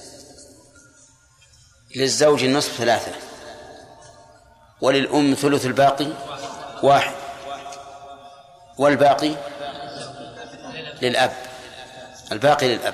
للزوج النصف ثلاثة، وللأم ثلث الباقي واحد، والباقي للأب، الباقي للأب.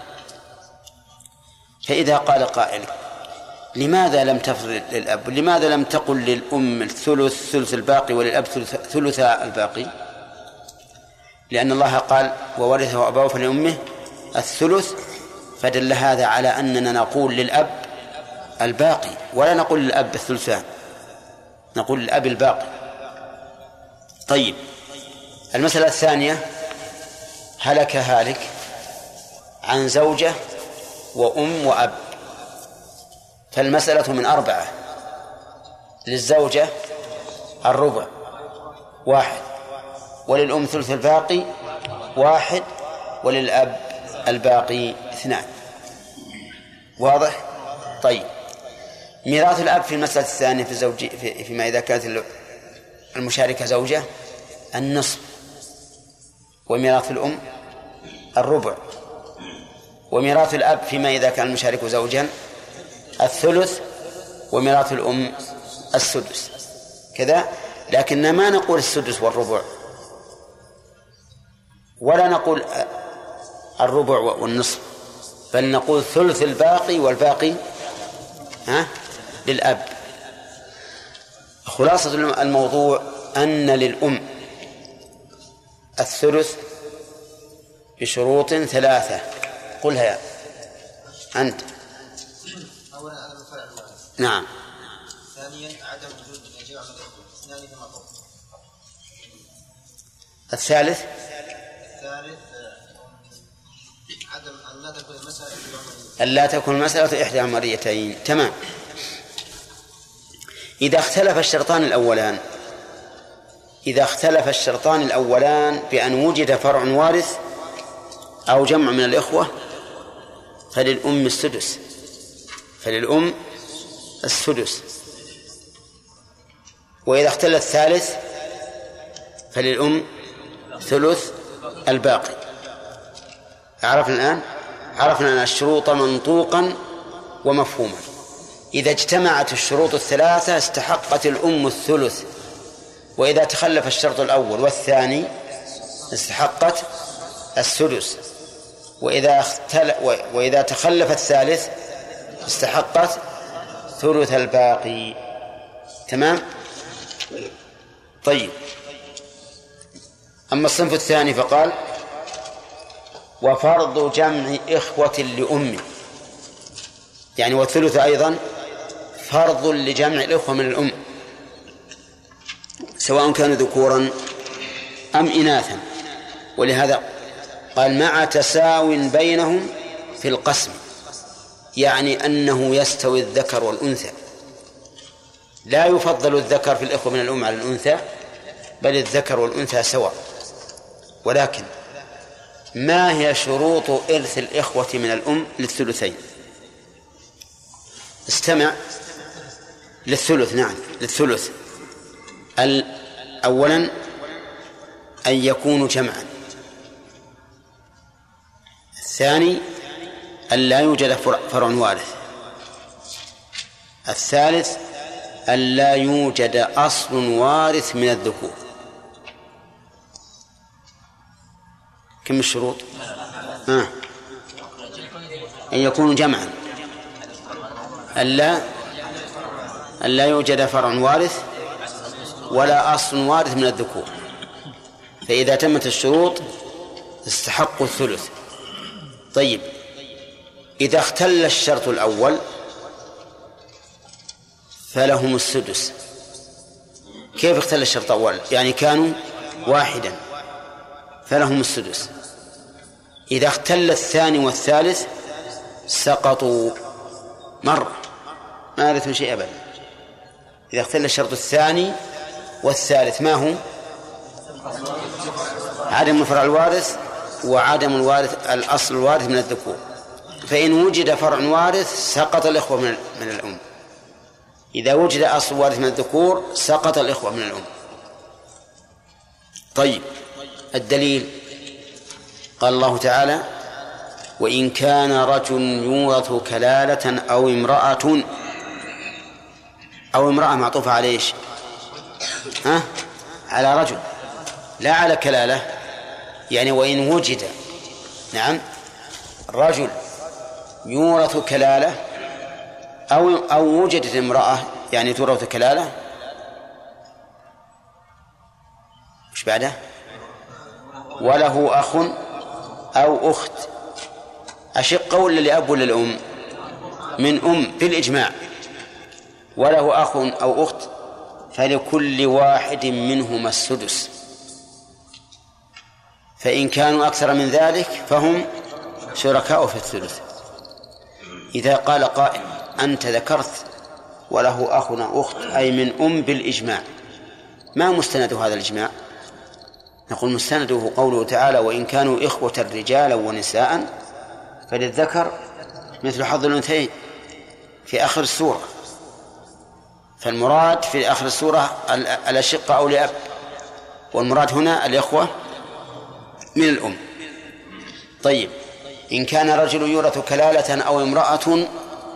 فإذا قال قائل لماذا لم تفرض للأب؟ لماذا لم تقل للأم الثلث ثلث الباقي وللأب ثلث الباقي؟ لأن الله قال وورثه أبوه فلأمه الثلث، فدل هذا على أننا نقول للأب الباقي ولا نقول للأب الثلثان، نقول للأب الباقي. طيب، المسألة الثانية: هلك هالك عن زوجة وأم وأب. فالمسألة من أربعة: للزوجة الربع واحد، وللأم ثلث الباقي واحد، وللأب الباقي اثنان. واضح؟ طيب، ميراث الأب في المسألة الثانية في الزوج في فيما إذا كانت المشاركة زوجة النصف، وميراث الأم الربع، وميراث الأب فيما إذا كان المشارك زوجا الثلث، وميراث الأم السدس كذا. لكن ما نقول السدس والربع، ولا نقول الربع والنصف، بل نقول ثلث الباقي والباقي ها للأب. خلاصة الموضوع أن للأم الثلث بشروط ثلاثة. قلها يا أنت. أولا عدم الفرع الواحد. نعم. ثانيا عدم وجود الجمع من الأخوة. اثنان كما قلت. الثالث الثالث عدم أن لا تكون المسألة عمرية. أن لا تكون المسألة إحدى عمريتين. تمام. إذا اختلف الشرطان الأولان إذا اختلف الشرطان الأولان بأن وجد فرع وارث أو جمع من الإخوة فللأم السدس فللأم السدس وإذا اختل الثالث فللأم ثلث الباقي. عرفنا الآن عرفنا أن الشروط منطوقا ومفهوما. إذا اجتمعت الشروط الثلاثة استحقت الأم الثلث، وإذا تخلف الشرط الأول والثاني استحقت السدس، وإذا اختل... وإذا تخلف الثالث استحقت ثلث الباقي. تمام. طيب، أما الصنف الثاني فقال وفرض جمع إخوة لأم، يعني والثلث أيضا فرض لجمع الإخوة من الأم سواء كانوا ذكورا أم إناثا، ولهذا قال مع تساو بينهم في القسم، يعني أنه يستوي الذكر والأنثى، لا يفضل الذكر في الإخوة من الأم على الأنثى، بل الذكر والأنثى سواء. ولكن ما هي شروط إرث الإخوة من الأم للثلثين؟ استمع. للثلث، نعم للثلث. أولا أن يكونوا جمعا، الثاني أن لا يوجد فرع وارث، الثالث أن لا يوجد أصل وارث من الذكور. كم الشروط؟ آه. أن يكونوا جمعا، أن لا أن لا يوجد فرع وارث ولا أصل وارث من الذكور. فإذا تمت الشروط استحقوا الثلث. طيب، إذا اختل الشرط الأول فلهم السدس. كيف اختل الشرط الأول؟ يعني كانوا واحدا فلهم السدس. إذا اختل الثاني والثالث سقطوا مرة، ما يرثوا شيء أبدا. إذا اختل الشرط الثاني والثالث ما هو؟ عدم الفرع الوارث وعدم الوارث الأصل الوارث من الذكور. فإن وجد فرع وارث سقط الإخوة من من الأم، إذا وجد أصل وارث من الذكور سقط الإخوة من الأم. طيب، الدليل قال الله تعالى وإن كان رجل يورث كلالة أو امرأة. أو امرأة معطوفة على إيش؟ ها؟ على رجل لا على كلالة. يعني وإن وجد نعم رجل يورث كلالة أو أو وجدت امرأة يعني تورث كلالة، وش بعده؟ وله أخ أو أخت، أشقة ولا لأب ولا لأم؟ من أم بالإجماع. وله أخ أو أخت فلكل واحد منهما السدس، فإن كانوا أكثر من ذلك فهم شركاء في الثلث. إذا قال قائل أنت ذكرت وله أخ أو أخت أي من أم بالإجماع، ما مستند هذا الإجماع؟ نقول مستنده قوله تعالى وإن كانوا إخوة رجالا ونساء فللذكر مثل حظ الأنثيين في آخر السورة. فالمراد في آخر السورة الأشقة أو لأب، والمراد هنا الإخوة من الأم. طيب، إن كان رجل يورث كلالة أو امرأة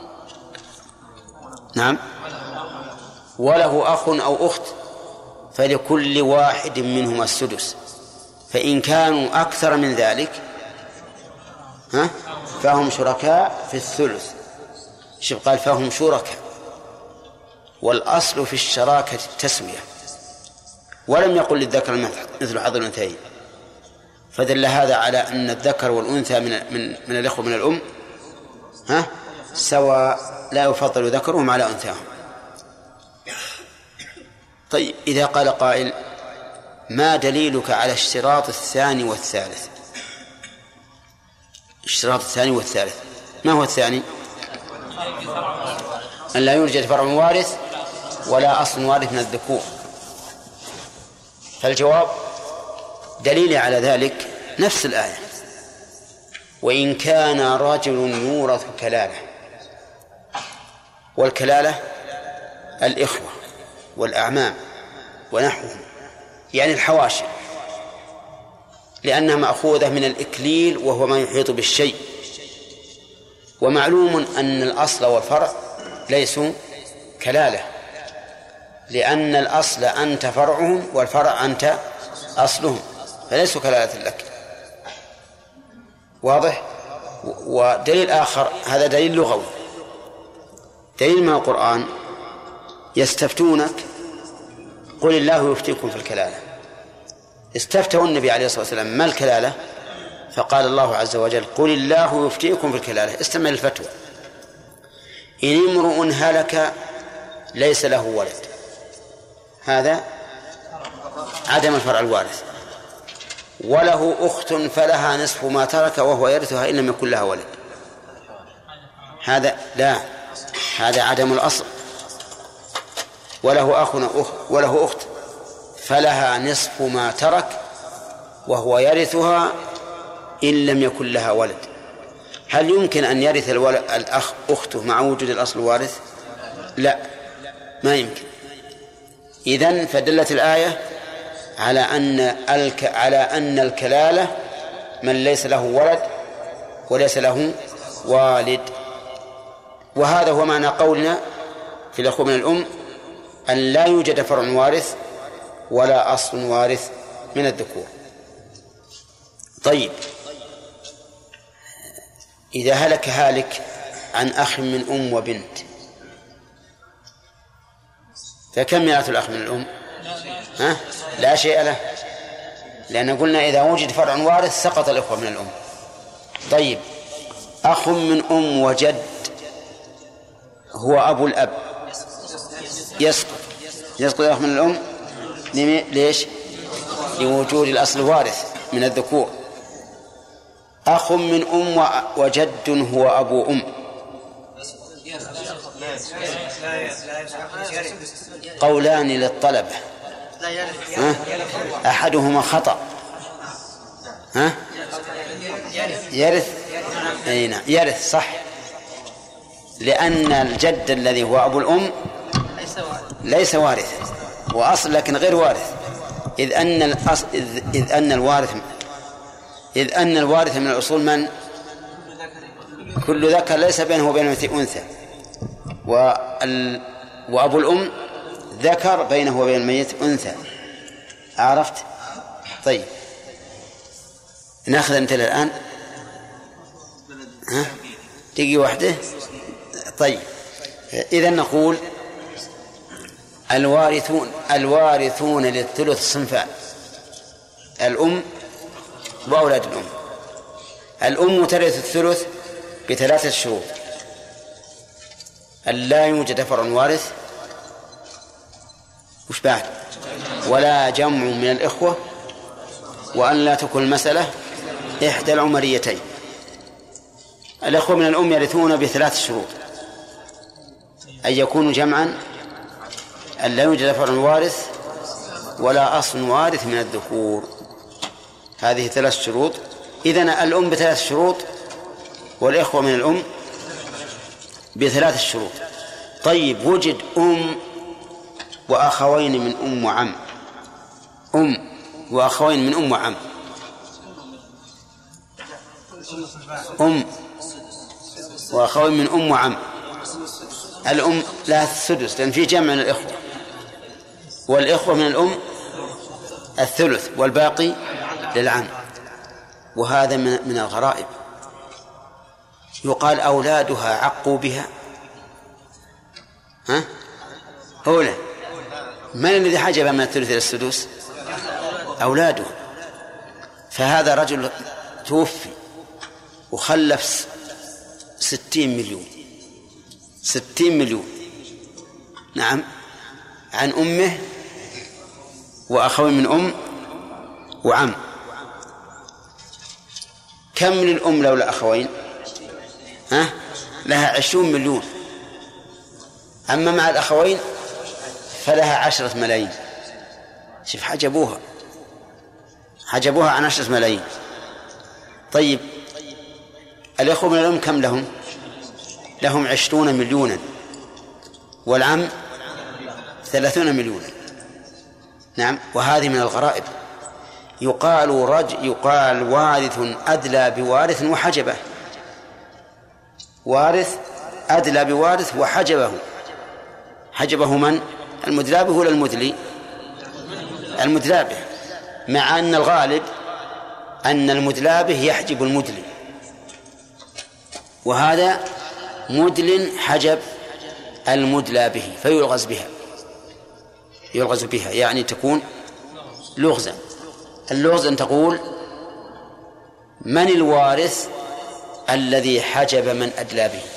نعم وله أخ أو أخت فلكل واحد منهما السدس، فإن كانوا أكثر من ذلك ها فهم شركاء في الثلث. شوف قال فهم شركاء، والأصل في الشراكة التسوية، ولم يقل للذكر مثل حظ الأنثيين، فدل هذا على أن الذكر والأنثى من من من الإخوة من الأم ها سواء، لا يفضل ذكرهم على أنثاهم. طيب، إذا قال قائل ما دليلك على اشتراط الثاني والثالث؟ الاشتراط الثاني والثالث. ما هو الثاني؟ أن لا يوجد فرع وارث ولا أصل وارث من الذكور. فالجواب دليل على ذلك نفس الآية: وإن كان رجل يورث كلالة. والكلالة الإخوة والأعمام ونحوهم، يعني الحواشي، لأنها مأخوذة من الإكليل وهو ما يحيط بالشيء. ومعلوم أن الأصل والفرع ليسوا كلالة، لأن الأصل أنت فرعهم والفرع أنت أصلهم، فليسوا كلالة لك. واضح؟ ودليل آخر، هذا دليل لغوي. دليل من القرآن: يستفتونك قل الله يفتيكم في الكلالة. استفتوا النبي عليه الصلاة والسلام: ما الكلالة؟ فقال الله عز وجل: قل الله يفتيكم في الكلالة. استمع الفتوى: إن امرؤ هلك ليس له ولد، هذا عدم الفرع الوارث، وله أخت فلها نصف ما ترك وهو يرثها إن لم يكن لها ولد، هذا لا، هذا عدم الأصل. وله أخ وله أخت فلها نصف ما ترك وهو يرثها إن لم يكن لها ولد. هل يمكن أن يرث الولد الأخ أخته مع وجود الأصل الوارث؟ لا، ما يمكن. إذن فدلت الآية على أن الك على أن الكلالة من ليس له ولد وليس له والد. وهذا هو معنى قولنا في الأخوة من الأم: أن لا يوجد فرع وارث ولا أصل وارث من الذكور. طيب، إذا هلك هالك عن أخ من أم وبنت، فكم ميراث الأخ من الأم؟ ها؟ لا شيء له، لأن قلنا إذا وجد فرع وارث سقط الأخوة من الأم. طيب، أخ من أم وجد هو أبو الأب يسقط يسقط الأخ من الأم. ليش؟ لوجود الأصل الوارث من الذكور. أخ من أم وجد هو أبو أم، قولان للطلبة، ها؟ أحدهما خطأ، ها؟ يرث، أي نعم يرث صح، لأن الجد الذي هو أبو الأم ليس وارث وأصل لكن غير وارث، إذ أن الأصل إذ أن الوارث إذ أن الوارث من الأصول من؟ كل ذكر ليس بينه وبين أنثى، وال... وأبو الأم ذكر بينه وبين الميت أنثى. عرفت؟ طيب، نأخذ أمثلة الآن. ها؟ تجي واحدة. طيب، إذن نقول الوارثون الوارثون للثلث صنفان: الأم وأولاد الأم. الأم ترث الثلث بثلاثة شروط: أن لا يوجد فرع وارث، وش بعد؟ ولا جمع من الإخوة، وأن لا تكون المسألة إحدى العمريتين. الإخوة من الأم يرثون بثلاث شروط: أن يكونوا جمعا، أن لا يوجد فرع وارث، ولا أصل وارث من الذكور. هذه ثلاث شروط. إذن الأم بثلاث شروط والإخوة من الأم بثلاث شروط. طيب، وجد أم وأخوين من أم وعم، أم وأخوين من أم وعم، أم وأخوين من أم وعم. الأم لها السدس لأن في جمع من الإخوة، والإخوة من الأم الثلث والباقي للعم. وهذا من الغرائب. يقال أولادها عقوا بها، ها؟ أولا من الذي حجب من الثلث إلى السدس؟ أولاده. فهذا رجل توفي وخلف ستين مليون ستين مليون نعم، عن أمه وأخوين من أم وعم. كم للأم لولا أخوين؟ ها؟ لها عشرون مليون. أما مع الأخوين فلها عشرة ملايين. شوف حجبوها حجبوها عن عشرة ملايين. طيب الأخوة من الأم كم لهم؟ لهم عشرون مليونا، والعم ثلاثون مليونا. نعم. وهذه من الغرائب. يقال رج يقال وارث أدلى بوارث وحجبه. وارث أدلى بوارث وحجبه. حجبه من؟ المدلى به ولا المدلي؟ المدلى به، مع أن الغالب أن المدلى به يحجب المدلي، وهذا مدل حجب المدلى به فيلغز بها يلغز بها يعني تكون لغزا. اللغز أن تقول من الوارث الذي حجب من أدلى به؟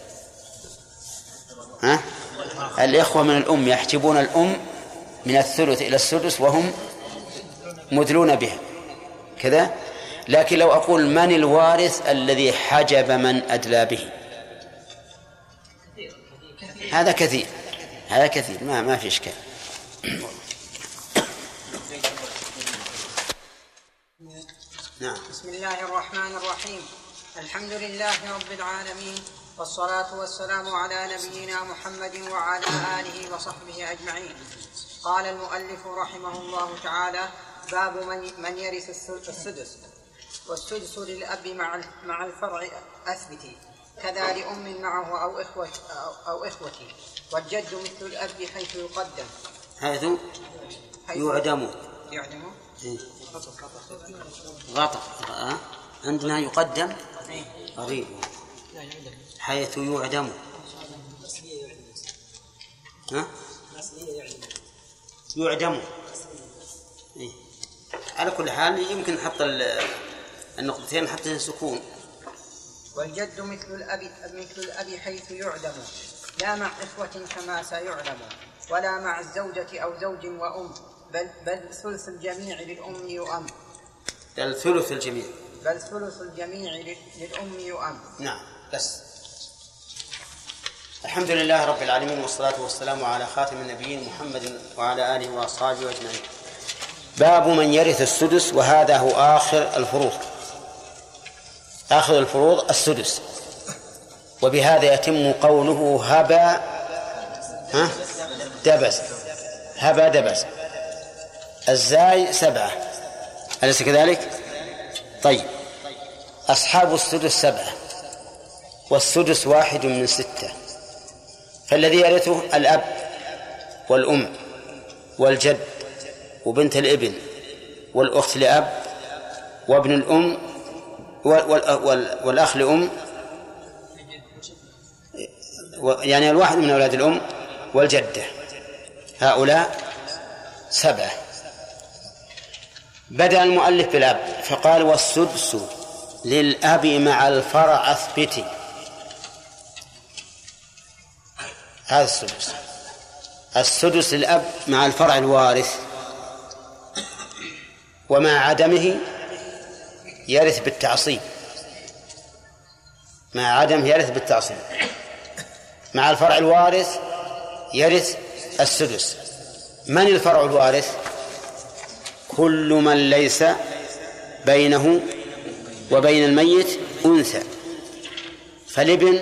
ها؟ الإخوة من الأم يحجبون الأم من الثلث إلى السدس وهم مدلون بها كذا. لكن لو أقول من الوارث الذي حجب من أدلى به، هذا كثير هذا كثير ما ما في إشكال. نعم. بسم الله الرحمن الرحيم. الحمد لله رب العالمين، والصلاة والسلام على نبينا محمد وعلى آله وصحبه أجمعين. قال المؤلف رحمه الله تعالى: باب من, من يرث السدس. والسدس للأب مع مع الفرع أثبتي، كذا لأم معه أو إخوة أو إخوتي. والجد مثل الأب حيث يقدم حيث يعدم يعدم غطى. عندنا يقدم قريب حيث يعدم. ها؟ يعدم. إيه؟ على كل حال يمكن نحط النقطتين حتى سكون. والجد مثل الأب مثل الأب حيث يعدم، لا مع إخوة كما سيعلم، ولا مع الزوجة أو زوج وأم، بل بل ثلث الجميع للأم يؤم. بل ثلث الجميع بل ثلث الجميع للأم يؤم. نعم. بس الحمد لله رب العالمين، والصلاة والسلام على خاتم النبيين محمد وعلى آله وأصحابه أجمعين. باب من يرث السدس، وهذا هو آخر الفروض. آخر الفروض السدس. وبهذا يتم قوله هبا ها دبس. هبا دبس. الزاي سبعة، أليس كذلك؟ طيب، أصحاب السدس سبعة، والسدس واحد من ستة. فالذي يرثه الأب والأم والجد وبنت الابن والأخت لأب وابن الأم والأخ لأم، يعني الواحد من أولاد الأم والجدة، هؤلاء سبعة. بدأ المؤلف بالأب فقال: والسدس للأب مع الفرع أثبتي. هذا السدس. السدس للأب مع الفرع الوارث، ومع عدمه يرث بالتعصيب. مع عدمه يرث بالتعصيب. مع الفرع الوارث يرث السدس. من الفرع الوارث؟ كل من ليس بينه وبين الميت أنثى. فالابن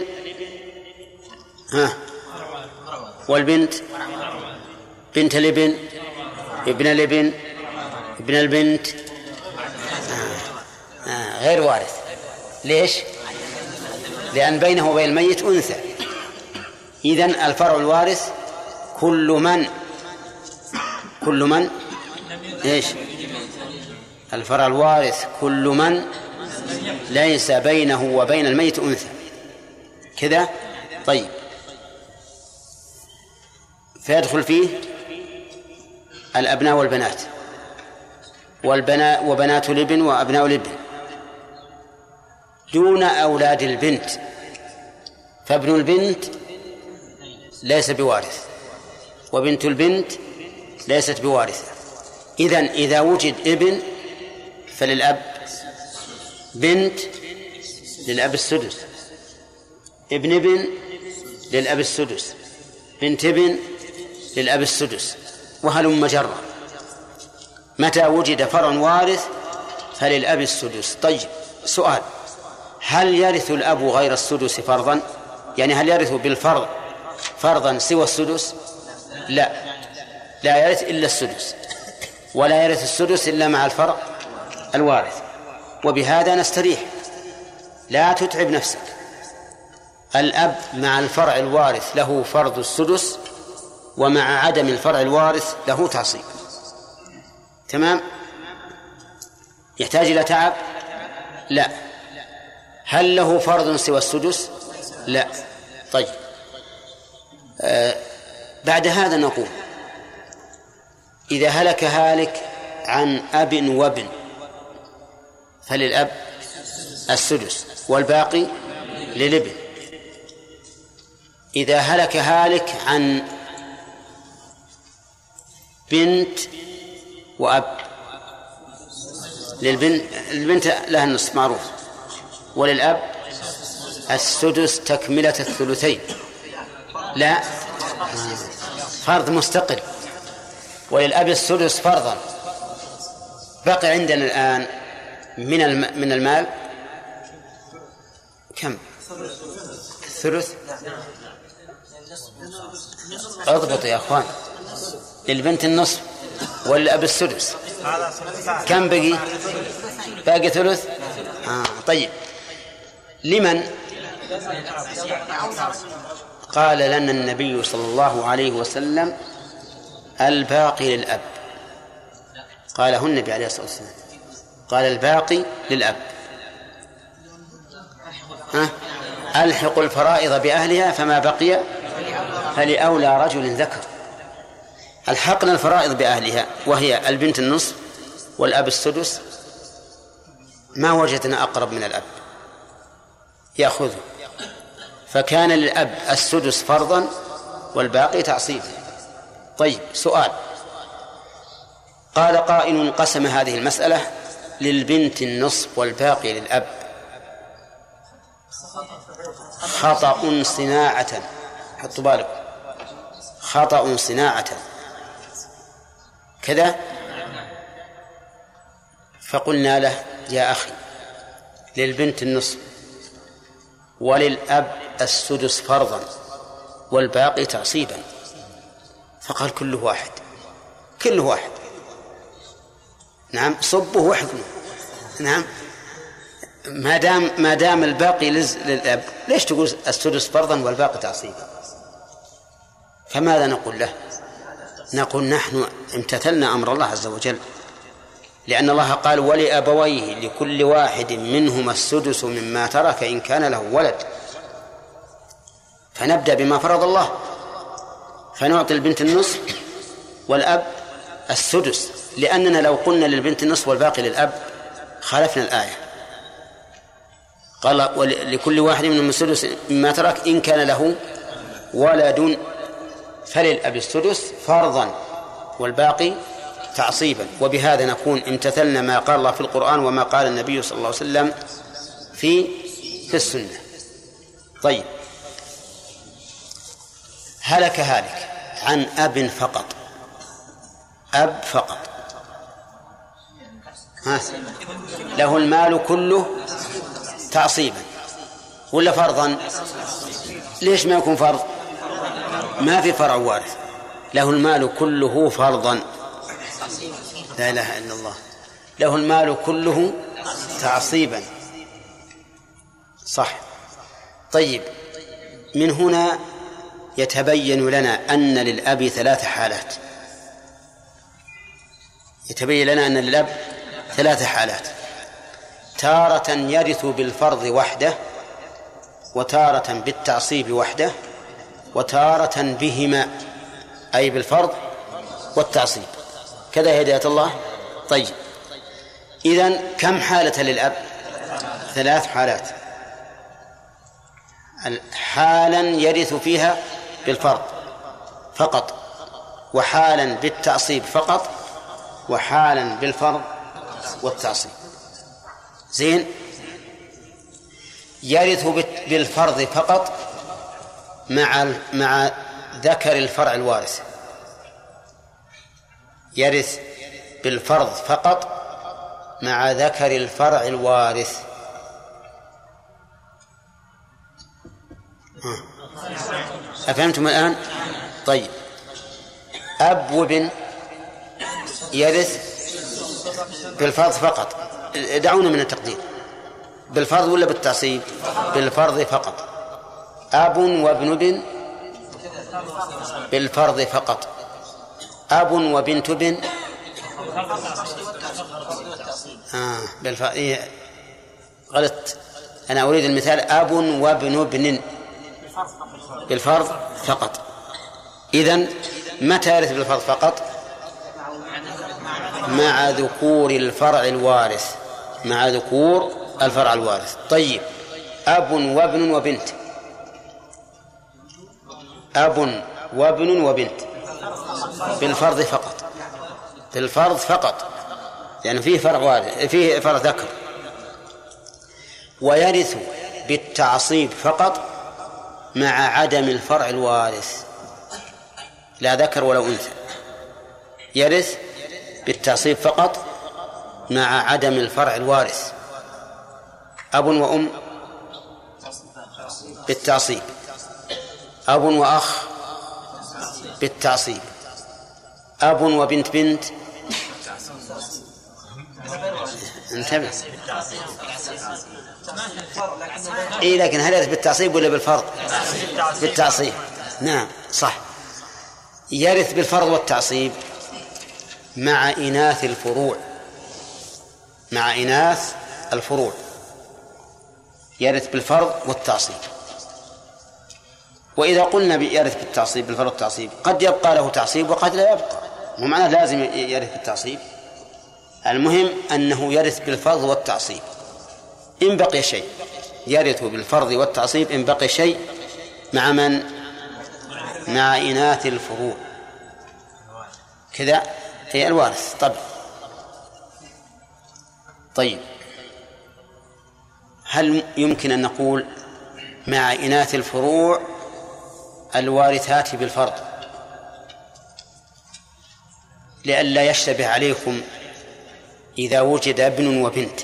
ها والبنت، بنت الابن، ابن الابن، ابن البنت آه. آه. غير وارث. ليش؟ لأن بينه وبين الميت أنثى. إذن الفرع الوارث كل من كل من إيش؟ الفرع الوارث كل من ليس بينه وبين الميت أنثى. كذا؟ طيب، فيدخل فيه الأبناء والبنات، والبناء وبنات الابن وأبناء الابن، دون أولاد البنت. فابن البنت ليس بوارث، وبنت البنت ليست بوارثة. إذن إذا وجد ابن فللأب، بنت للأب السدس، ابن ابن للأب السدس، بنت ابن للأب السدس، وهلم جرا. متى وجد فرع وارث فللأب السدس. طيب سؤال: هل يرث الأب غير السدس فرضا؟ يعني هل يرث بالفرض فرضا سوى السدس؟ لا، لا يرث إلا السدس، ولا يرث السدس إلا مع الفرع الوارث. وبهذا نستريح، لا تتعب نفسك. الأب مع الفرع الوارث له فرض السدس، ومع عدم الفرع الوارث له تعصيب. تمام؟ يحتاج إلى تعب؟ لا. هل له فرض سوى السدس؟ لا. طيب آه بعد هذا نقول: إذا هلك هالك عن أب وابن فللأب السدس والباقي للابن. إذا هلك هالك عن بنت وأب للبنت، البنت لها النصف معروف، وللأب السدس تكملة الثلثين. لا، فرض مستقل، وللأب السدس فرضا. بقي عندنا الآن من من المال كم؟ الثلث. اضبط يا أخوان. للبنت النصف والأب السدس. كم بقي؟ باقي ثلث. آه. طيب لمن؟ قال لنا النبي صلى الله عليه وسلم: الباقي للأب. قاله النبي عليه الصلاة والسلام، قال: الباقي للأب. ها؟ ألحق الفرائض بأهلها فما بقي فلأولى رجل ذكر. الحقنا الفرائض بأهلها، وهي البنت النصف والأب السدس. ما وجدنا أقرب من الأب يأخذه، فكان للأب السدس فرضا والباقي تعصيبا. طيب سؤال: قال قائل: قسم هذه المسألة للبنت النصف والباقي للأب. خطأ صناعة. حطوا بالكم، خطأ صناعة كذا. فقلنا له: يا أخي، للبنت النصف وللأب السدس فرضا والباقي تعصيبا. فقال: كله واحد، كله واحد. نعم، صبه واحكمه. نعم، ما دام ما دام الباقي للأب، ليش تقول السدس فرضا والباقي تعصيبا؟ فماذا نقول له؟ نقول: نحن امتثلنا أمر الله عز وجل، لأن الله قال: ولأبويه لكل واحد منهما السدس مما ترك إن كان له ولد. فنبدأ بما فرض الله، فنعطي البنت النصف والأب السدس، لأننا لو قلنا للبنت النصف والباقي للأب خالفنا الآية. قال: لكل واحد منهم السدس مما ترك إن كان له ولد فللأب السدس فرضا والباقي تعصيبا. وبهذا نكون امتثلنا ما قال الله في القرآن وما قال النبي صلى الله عليه وسلم في في السنة. طيب، هلك هالك عن أب فقط، أب فقط، ها، له المال كله تعصيبا ولا فرضا؟ ليش ما يكون فرض؟ ما في فرع وارث، له المال كله فرضا. لا إله إلا الله، له المال كله تعصيبا، صح. طيب، من هنا يتبين لنا أن للأب ثلاث حالات. يتبين لنا أن للأب ثلاث حالات: تارة يرث بالفرض وحده، وتارة بالتعصيب وحده، وتارة بهما، أي بالفرض والتعصيب. كذا هداية الله. طيب، إذن كم حالة للأب؟ ثلاث حالات: حالا يرث فيها بالفرض فقط، وحالا بالتعصيب فقط، وحالا بالفرض والتعصيب. زين. يرث بالفرض فقط مع مع ذكر الفرع الوارث. يرث بالفرض فقط مع ذكر الفرع الوارث. أفهمتم الآن؟ طيب. أب وابن يرث بالفرض فقط. دعونا من التقدير، بالفرض ولا بالتعصيب؟ بالفرض فقط. أب وابن ابن بالفرض فقط. أب وبنت ابن آه بالفرض. إيه غلط، أنا أريد المثال أب وابن ابن بالفرض فقط. إذن متى يرث بالفرض فقط؟ مع ذكور الفرع الوارث. مع ذكور الفرع الوارث. طيب. أب وابن وبنت. أب وابن وبنت بالفرض فقط. بالفرض فقط، يعني فيه فرع وارث، فيه فرع ذكر. ويرث بالتعصيب فقط مع عدم الفرع الوارث، لا ذكر ولا أنثى. يرث بالتعصيب فقط مع عدم الفرع الوارث. أب وأم بالتعصيب. أب وأخ بالتعصيب. أب وبنت بنت انتبه. إيه لكن هل يرث بالتعصيب ولا بالفرض؟ بالتعصيب. نعم صح. يرث بالفرض والتعصيب مع إناث الفروع. مع إناث الفروع يرث بالفرض والتعصيب. وإذا قلنا يرث بالتعصيب بالفرض والتعصيب قد يبقى له تعصيب وقد لا يبقى، مو معناه لازم يرث بالتعصيب. المهم أنه يرث بالفرض والتعصيب. إن بقي شيء يرث بالفرض والتعصيب إن بقي شيء مع من؟ مع إناث الفروع كذا، هي الوارث. طب طيب، هل يمكن أن نقول مع إناث الفروع الوارثات بالفرض لئلا يشتبه عليكم إذا وجد ابن وبنت؟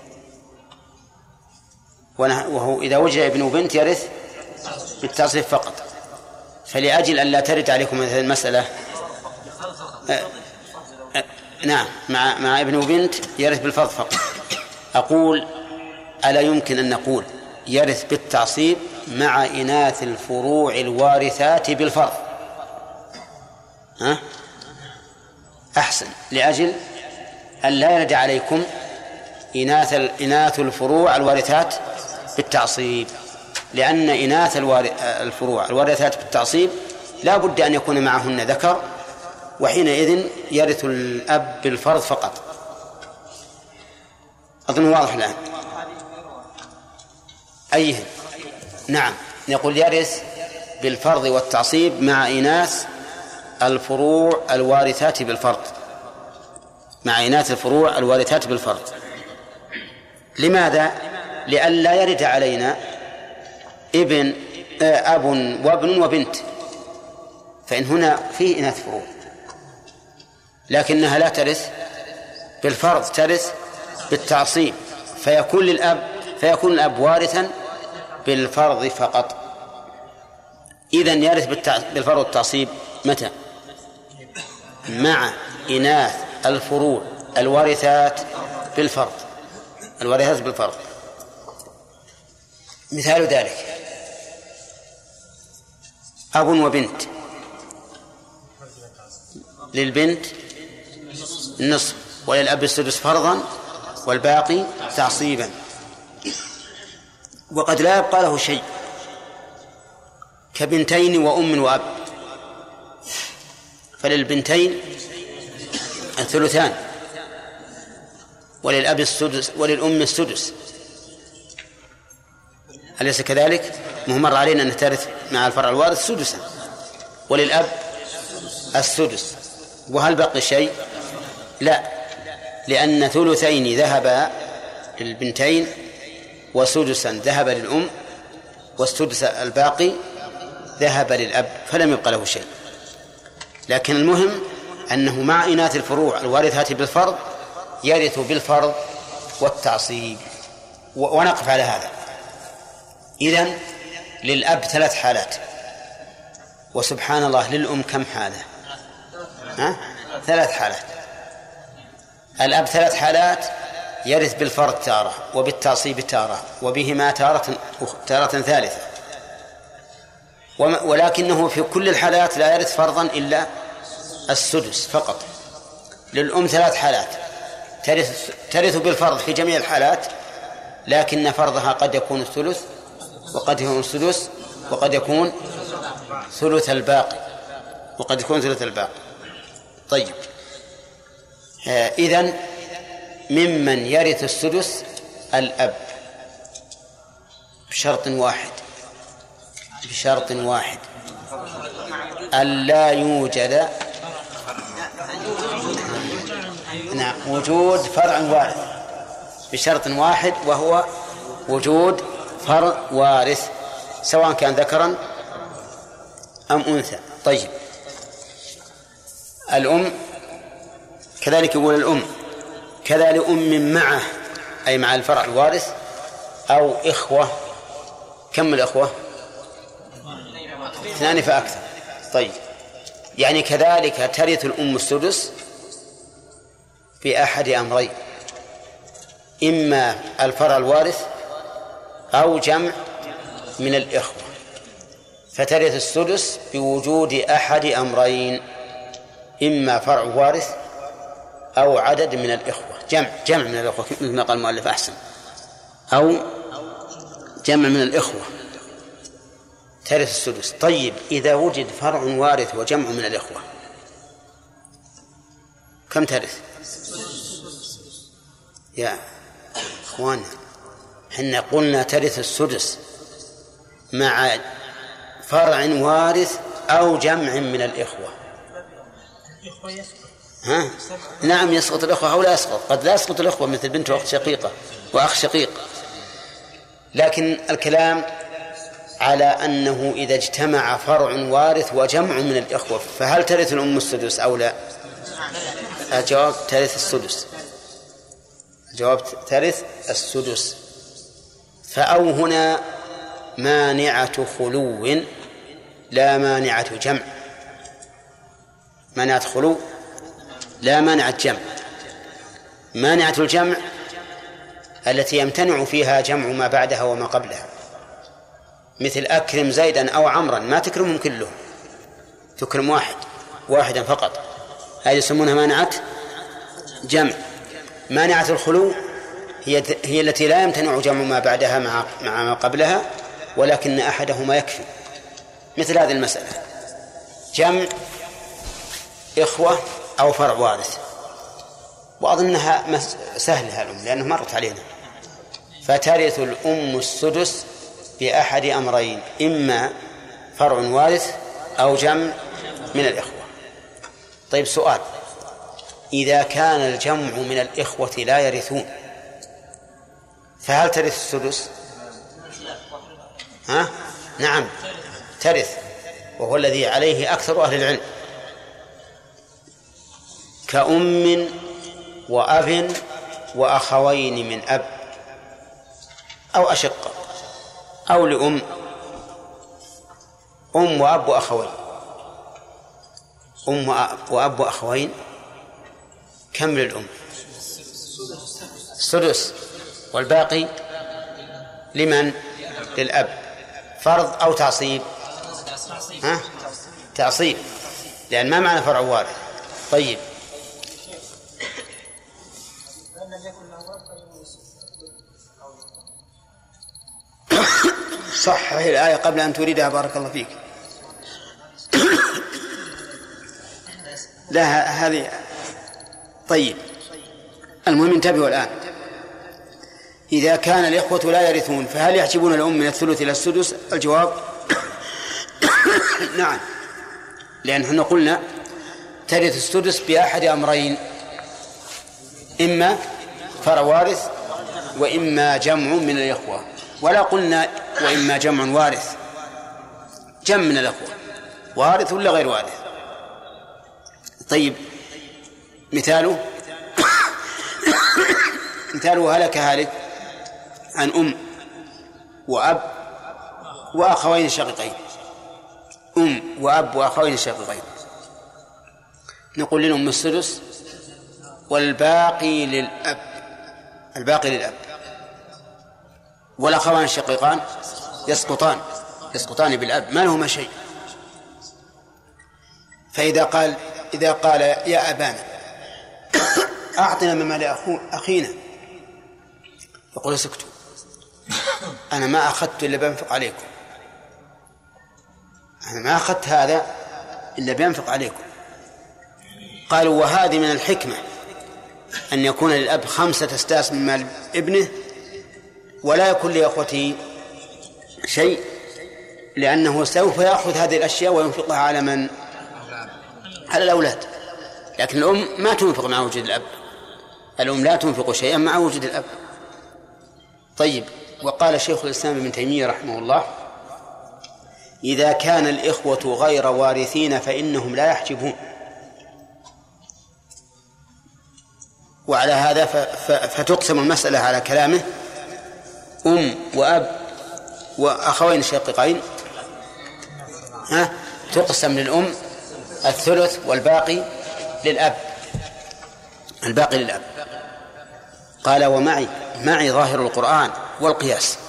وهو إذا وجد ابن وبنت يرث بالتعصيب فقط، فلأجل أن لا ترد عليكم هذه المسألة أه أه نعم مع, مع ابن وبنت يرث بالفرض فقط. أقول ألا يمكن أن نقول يرث بالتعصيب مع إناث الفروع الوارثات بالفرض؟ ها؟ أحسن، لأجل أن لا يرد عليكم إناث إناث الفروع الوارثات بالتعصيب، لأن إناث الفروع الوارثات بالتعصيب لا بد أن يكون معهن ذكر، وحينئذ يرث الأب بالفرض فقط. أظن واضح الآن. أيه؟ نعم، نقول يرث بالفرض والتعصيب مع إناث الفروع الوارثات بالفرض. مع إناث الفروع الوارثات بالفرض. لماذا؟ لئلا يرد علينا ابن أب وابن وبنت، فإن هنا فيه إناث فروع لكنها لا ترث بالفرض، ترث بالتعصيب، فيكون للأب فيكون الأب وارثا بالفرض فقط. إذن يرث بالفرض والتعصيب متى؟ مع إناث الفروع الوارثات بالفرض. الوارثات بالفرض. مثال ذلك أب وبنت، للبنت النصف وللأب السدس فرضا والباقي تعصيبا، وقد لا يبقى له شيء كبنتين وأم وأب، فللبنتين الثلثان وللأب السدس وللأم السدس، أليس كذلك؟ مر علينا أن ترث مع الفرع الوارث سدسا، وللأب السدس. وهل بقي شيء؟ لا، لأن ثلثين ذهبا للبنتين وسدسا ذهب للأم، والسدس الباقي ذهب للأب، فلم يبقى له شيء. لكن المهم أنه مع إناث الفروع الوارثات بالفرض يرث بالفرض والتعصيب. ونقف على هذا. إذن للأب ثلاث حالات، وسبحان الله للأم كم حالة؟ ها؟ ثلاث حالات. الأب ثلاث حالات، يرث بالفرض تارة، وبالتعصيب تارة، وبهما تارة تارة ثالثة، ولكنه في كل الحالات لا يرث فرضا إلا السدس فقط. للأم ثلاث حالات، ترث, ترث بالفرض في جميع الحالات، لكن فرضها قد يكون الثلث، وقد يكون السدس، وقد يكون ثلث الباقي وقد يكون ثلث الباقي. طيب، إذن ممن يرث السدس الأب بشرط واحد بشرط واحد ألا يوجد نعم وجود فرع وارث، بشرط واحد، وهو وجود فرع وارث سواء كان ذكرا أم أنثى. طيب، الأم كذلك، يقول الأم كذا لأم معه، أي مع الفرع الوارث، أو إخوة. كم الإخوة؟ اثنان فأكثر. طيب، يعني كذلك ترث الأم السدس بأحد أمرين، إما الفرع الوارث أو جمع من الإخوة، فترث السدس بوجود أحد أمرين، إما فرع وارث أو عدد من الإخوة، جمع جمع من الإخوة مثل ما قال المؤلف أحسن، أو جمع من الإخوة ترث السدس. طيب، إذا وجد فرع وارث وجمع من الإخوة كم ترث؟ يا أخوانا، حنا قلنا ترث السدس مع فرع وارث أو جمع من الإخوة. ها؟ نعم، يسقط الأخوة أو لا يسقط، قد لا يسقط الأخوة مثل بنت وأخت شقيقة وأخ شقيق، لكن الكلام على أنه إذا اجتمع فرع وارث وجمع من الإخوة فهل ترث الأم السدس أو لا؟ الجواب ترث السدس، الجواب ترث السدس. فأو هنا مانعة خلو لا مانعة جمع، مانعة خلو لا مانعة جمع. مانعة الجمع التي يمتنع فيها جمع ما بعدها وما قبلها، مثل أكرم زيدا أو عمرا، ما تكرمهم كلهم، تكرم واحد واحدا فقط، هذه يسمونها مانعة جمع. مانعة الخلو هي هي التي لا يمتنع جمع ما بعدها مع مع ما قبلها، ولكن أحدهما يكفي، مثل هذه المسألة، جمع إخوة أو فرع وارث، وأظنها سهلة الأم لأنه مرت علينا. فترث الأم السدس بأحد أمرين، إما فرع وارث أو جمع من الإخوة. طيب، سؤال: إذا كان الجمع من الإخوة لا يرثون فهل ترث السدس؟ ها؟ نعم ترث، وهو الذي عليه أكثر أهل العلم، كأم وأب وأخوين من أب أو أشقة، أو لأم أم وأب وأخوين، أم وأب وأخوين، كم للأم؟ السدس، والباقي لمن؟ للأب. فرض أو تعصيب؟ ها؟ تعصيب، لأن ما معنى فرع وارث. طيب، صحح الآية قبل أن تريدها، بارك الله فيك. لا هذه. طيب، المهم انتبهوا الآن. إذا كان الإخوة لا يرثون فهل يحجبون الأم من الثلث إلى السدس؟ الجواب نعم، لأن احنا قلنا ترث السدس بأحد أمرين، إما فرع وارث وإما جمع من الإخوة، ولا قلنا وإما جمع وارث، جمع من الإخوة، وارث ولا غير وارث. طيب مثاله مثاله هلك هالك عن أم وأب وأخوين شقيقين، أم وأب وأخوين شقيقين، نقول لهم السدس والباقي للأب، الباقي للأب، والأخوان الشقيقان يسقطان يسقطان بالأب، ما لهما شيء. فإذا قال إذا قال يا أبانا أعطنا من مال أخينا، يقول اسكتوا، أنا ما أخذت إلا بينفق عليكم، أنا ما أخذت هذا إلا بينفق عليكم. قالوا وهذه من الحكمة أن يكون للأب خمسة أسداس من مال ابنه ولا يكون لأخوته شيء، لأنه سوف يأخذ هذه الأشياء وينفقها على من؟ على الأولاد. لكن الأم ما تنفق مع وجود الأب، الأم لا تنفق شيئا مع وجود الأب. طيب، وقال شيخ الإسلام ابن تيمية رحمه الله إذا كان الإخوة غير وارثين فإنهم لا يحجبون. وعلى هذا فتقسم المسألة على كلامه أم وأب وأخوين شقيقين، ها تقسم للأم الثلث والباقي للأب، الباقي للأب. قال ومعي معي ظاهر القرآن والقياس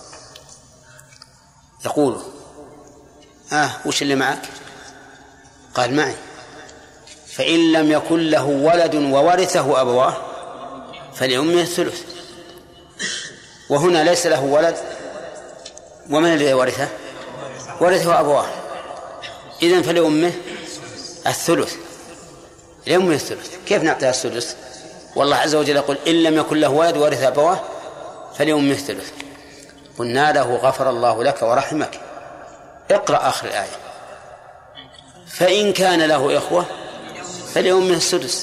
يقول آه وش اللي معك؟ قال معي فإن لم يكن له ولد وورثه أبواه فلأمه الثلث، وهنا ليس له ولد، ومن الذي ورثه؟ ورثه أبواه، إذن فلأمه الثلث، لأمه الثلث. كيف نعطيها الثلث؟ والله عز وجل يقول إن لم يكن له ولد ورث أبواه فلأمه الثلث. قلنا له غفر الله لك ورحمك، اقرأ آخر الآية، فإن كان له إخوة فلأمه السدس.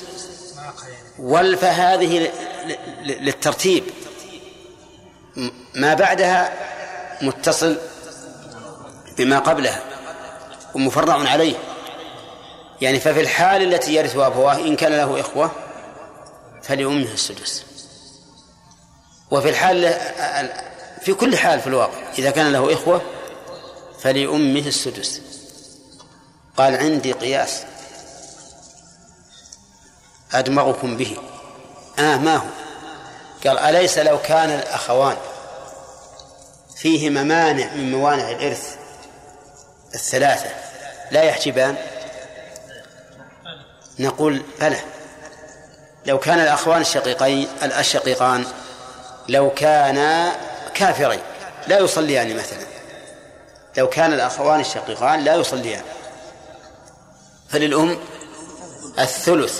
فهذه للترتيب، ما بعدها متصل بما قبلها ومفرع عليه، يعني ففي الحال التي يرثها أبواه إن كان له إخوة فلأمه السدس، وفي الحال في كل حال في الواقع إذا كان له إخوة فلأمه السدس. قال عندي قياس أدمغكم به. آه ما هو؟ قال أليس لو كان الأخوان فيهما مانع من موانع الإرث الثلاثة لا يحجبان؟ نقول بلى، لو كان الأخوان الشقيقين الشقيقان لو كانا كافرين لا يصليان مثلا، لو كان الأخوان الشقيقان لا يصليان فللأم الثلث.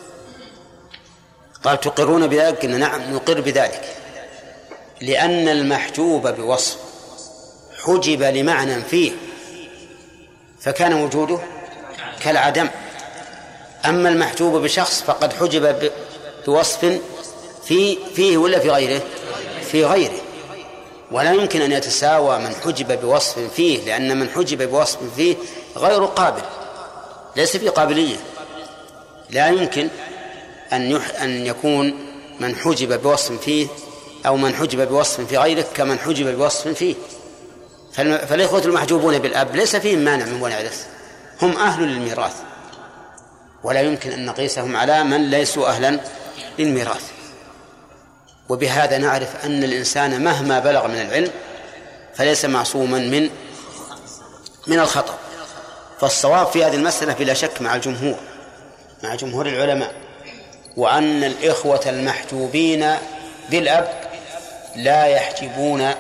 قال تقرون بذلك؟ قلنا نعم نقر بذلك، لأن المحجوب بوصف حجب لمعنى فيه فكان وجوده كالعدم، أما المحجوب بشخص فقد حجب بوصف في فيه ولا في غيره؟ في غيره، ولا يمكن أن يتساوى من حجب بوصف فيه، لأن من حجب بوصف فيه غير قابل، ليس في قابلية. لا يمكن أن يح... أن يكون من حجب بوصف فيه أو من حجب بوصف في غيره كمن حجب بوصف فيه. فالم... فالإخوة المحجوبون بالأب ليس فيهم مانع من موانع الإرث، هم أهل للميراث، ولا يمكن أن نقيسهم على من ليسوا أهلا للميراث. وبهذا نعرف أن الإنسان مهما بلغ من العلم فليس معصوما من من الخطأ. فالصواب في هذه المسألة بلا شك مع الجمهور مع جمهور العلماء، وأن الإخوة المحجوبين بالأب لا يحجبون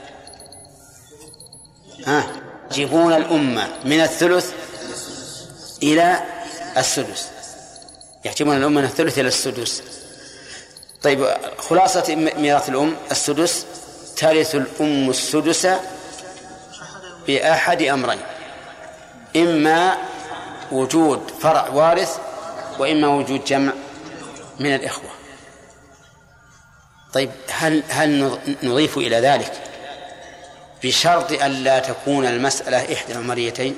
ها يحجبون الأمة من الثلث إلى السدس، يحجبون الأمة من الثلث إلى السدس. طيب خلاصة ميراث الأم السدس: ترث الأم السدس بأحد أمرين، إما وجود فرع وارث وإما وجود جمع من الإخوة. طيب هل هل نضيف إلى ذلك بشرط أن لا تكون المسألة إحدى العمريتين؟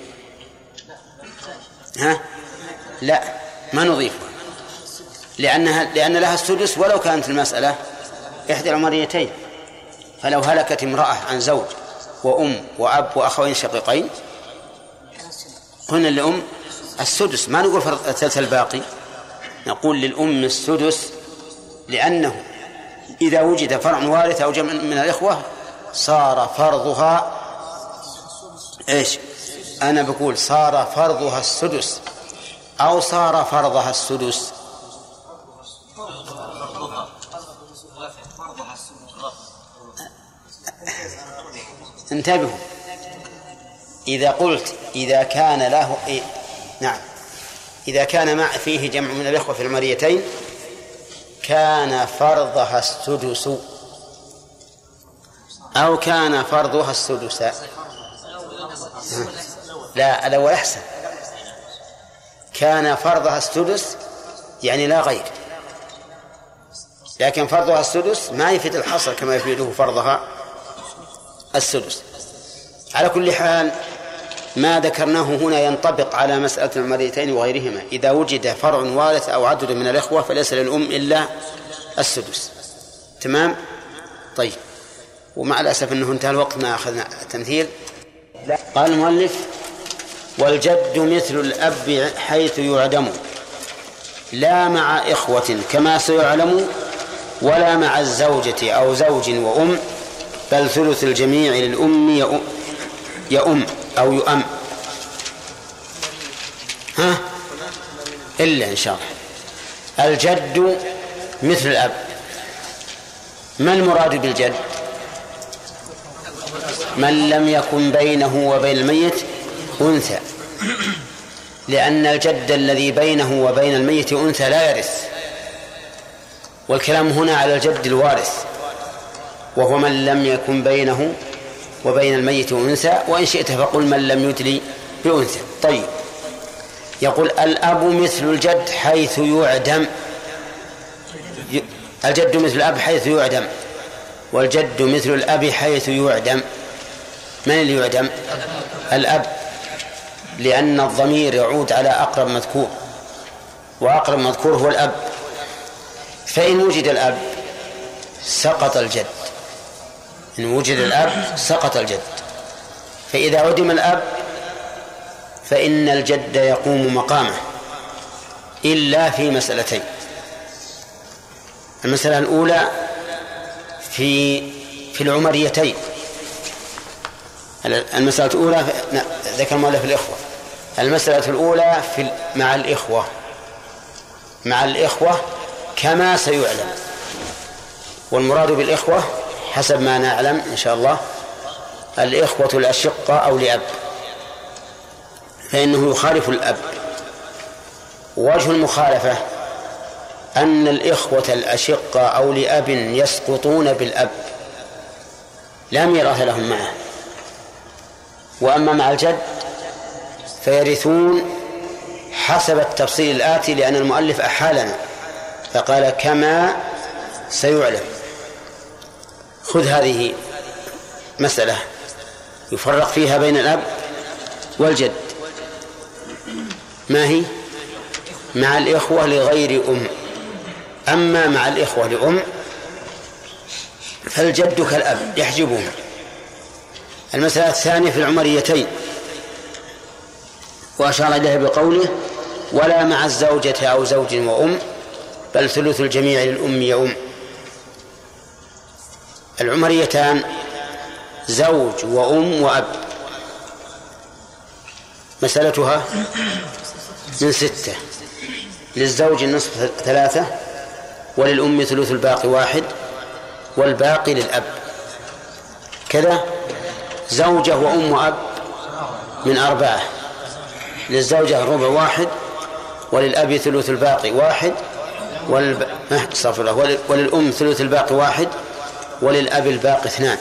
ها؟ لا، ما نضيفها، لأنها لأن لها السدس ولو كانت المسألة إحدى العمريتين. فلو هلكت امرأة عن زوج وأم وأب وأخوين شقيقين قلنا للأم السدس، ما نقول فرض الثلث الباقي، نقول للأم السدس، لأنه إذا وجد فرع وارث أو جمع من الإخوة صار فرضها إيش؟ أنا بقول صار فرضها السدس أو صار فرضها السدس. انتبهوا، إذا قلت إذا كان له إيه؟ نعم، إذا كان مع فيه جمع من الإخوة في العمريتين كان فرضها السدس أو كان فرضها السدس. لا، الأول أحسن، كان فرضها السدس يعني لا غير، لكن فرضها السدس ما يفيد الحصر كما يفيده فرضها السدس. على كل حال ما ذكرناه هنا ينطبق على مسألة العمريتين وغيرهما. إذا وجد فرع وارث أو عدد من الإخوة فليس للأم إلا السدس. تمام؟ طيب، ومع الأسف أنه انتهى الوقت ما أخذنا التمثيل. قال المؤلف: والجد مثل الأب حيث يعدم، لا مع إخوة كما سيعلم، ولا مع الزوجة أو زوج وأم، بل ثلث الجميع للأم يؤم أو يؤم. ها؟ إلا إن شاء الله. الجد مثل الأب. ما المراد بالجد؟ من لم يكن بينه وبين الميت أنثى، لأن الجد الذي بينه وبين الميت أنثى لا يرث، والكلام هنا على الجد الوارث وهو من لم يكن بينه وبين الميت أنثى، وإن شئت فقل من لم يدلي بأنثى. طيب، يقول الأب مثل الجد حيث يعدم. الجد مثل الأب حيث يعدم، والجد مثل الأب حيث يعدم. من اللي يعدم؟ الأب، لأن الضمير يعود على أقرب مذكور، وأقرب مذكور هو الأب. فإن وجد الأب سقط الجد، إن وجد الأب سقط الجد. فإذا عدم الأب فإن الجد يقوم مقامه إلا في مسألتين. المسألة الأولى في في العمريتين. المسألة الأولى ذكر المؤلف الإخوة. المسألة الأولى في مع الإخوة، مع الإخوة كما سيعلم. والمراد بالإخوة حسب ما نعلم إن شاء الله الإخوة الأشقة أو لأب، فإنه يخالف الأب. وجه المخالفة أن الإخوة الأشقة أو لأب يسقطون بالأب، لا ميراث لهم معه. وأما مع الجد فيرثون حسب التفصيل الآتي، لأن المؤلف أحالنا فقال كما سيعلم. خذ هذه مسألة يفرق فيها بين الأب والجد. ما هي؟ مع الإخوة لغير أم. أما مع الإخوة لأم فالجد كالأب يحجبهم. المسألة الثانية في العمريتين، وأشار إليها بقوله ولا مع الزوجة أو زوج وأم، بل ثلث الجميع للأم يؤم. العمريتان زوج وأم وأب، مسألتها من ستة: للزوج النصف ثلاثة، وللأم ثلث الباقي واحد، والباقي للأب. كذا زوجة وأم وأب من أربعة: للزوجة ربع واحد، وللأب ثلث الباقي واحد، والب... وللأم ثلث الباقي واحد، وللأب الباقي اثنان.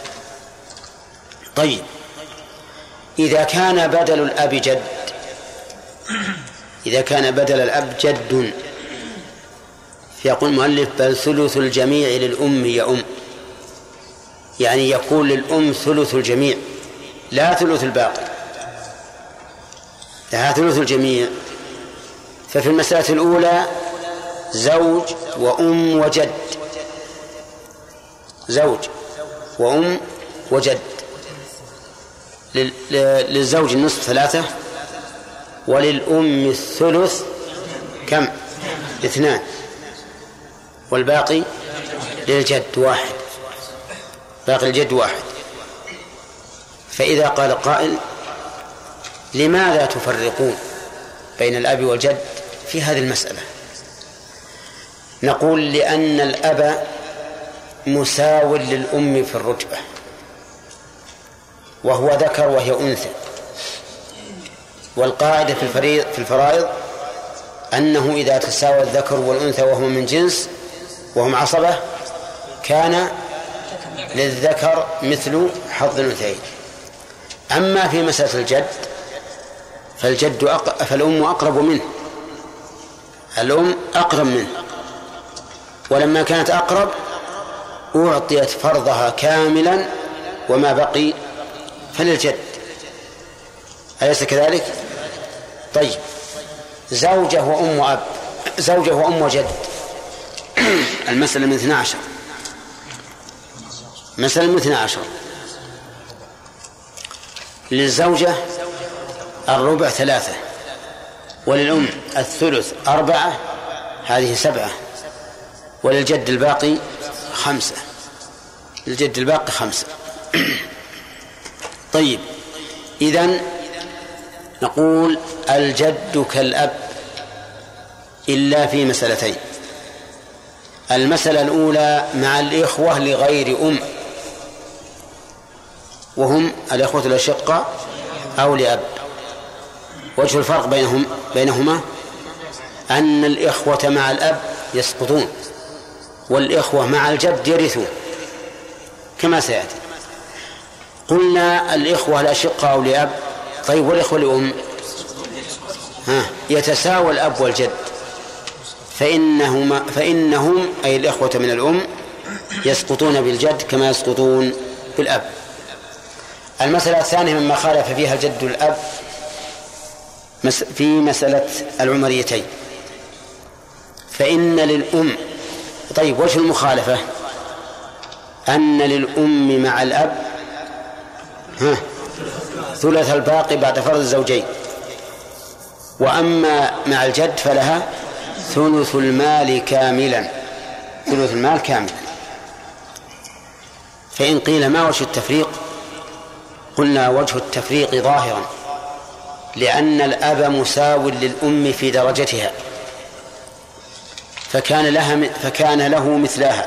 طيب، إذا كان بدل الأب جد، إذا كان بدل الأب جد فيقول المؤلف بل ثلث الجميع للأم يؤم، يعني يكون للأم ثلث الجميع لا ثلث الباقي، لها ثلث الجميع. ففي المسألة الأولى زوج وأم وجد، زوج وأم وجد، للزوج النصف ثلاثة، وللأم الثلث كم؟ اثنان، والباقي للجد واحد، باقي الجد واحد. فإذا قال قائل لماذا تفرقون بين الأب والجد في هذه المسألة؟ نقول لأن الأب مساو للأم في الرتبة، وهو ذكر وهي أنثى، والقاعدة في الفرائض أنه إذا تساوى الذكر والأنثى وهم من جنس وهم عصبة كان للذكر مثل حظ الأنثيين. أما في مسألة الجد فالجد أق... فالأم أقرب منه، الأم أقرب منه، ولما كانت أقرب أعطيت فرضها كاملا وما بقي فللجد، أليس كذلك؟ طيب، زوجة وأم وأب، زوجة وأم وجد، المسألة من اثنى عشر، مسألة من اثنى عشر. للزوجة الربع ثلاثة، وللأم الثلث أربعة، هذه سبعة، وللجد الباقي خمسة، الجد الباقي خمسة. طيب، إذن نقول الجد كالأب إلا في مسألتين. المسألة الأولى مع الإخوة لغير أم، وهم الإخوة الأشقة أو لأب. وجه الفرق بينهم بينهما أن الإخوة مع الأب يسقطون، والإخوة مع الجد يرثون كما سيأتي. قلنا الإخوة الأشقة أو لأب، طيب والإخوة لأم؟ ها، يتساوى الأب والجد، فإنهما فإنهم أي الإخوة من الأم يسقطون بالجد كما يسقطون بالأب. المسألة الثانية مما خالف فيها الجد الأب في مسألة العمريتين، فإن للأم، طيب وجه المخالفة أن للأم مع الأب ها ثلث الباقي بعد فرض الزوجين، وأما مع الجد فلها ثلث المال كاملا، ثلث المال كاملا. فإن قيل ما وجه التفريق؟ قلنا وجه التفريق ظاهرا، لأن الأب مساو للأم في درجتها، فكان لها فكان له مثلها،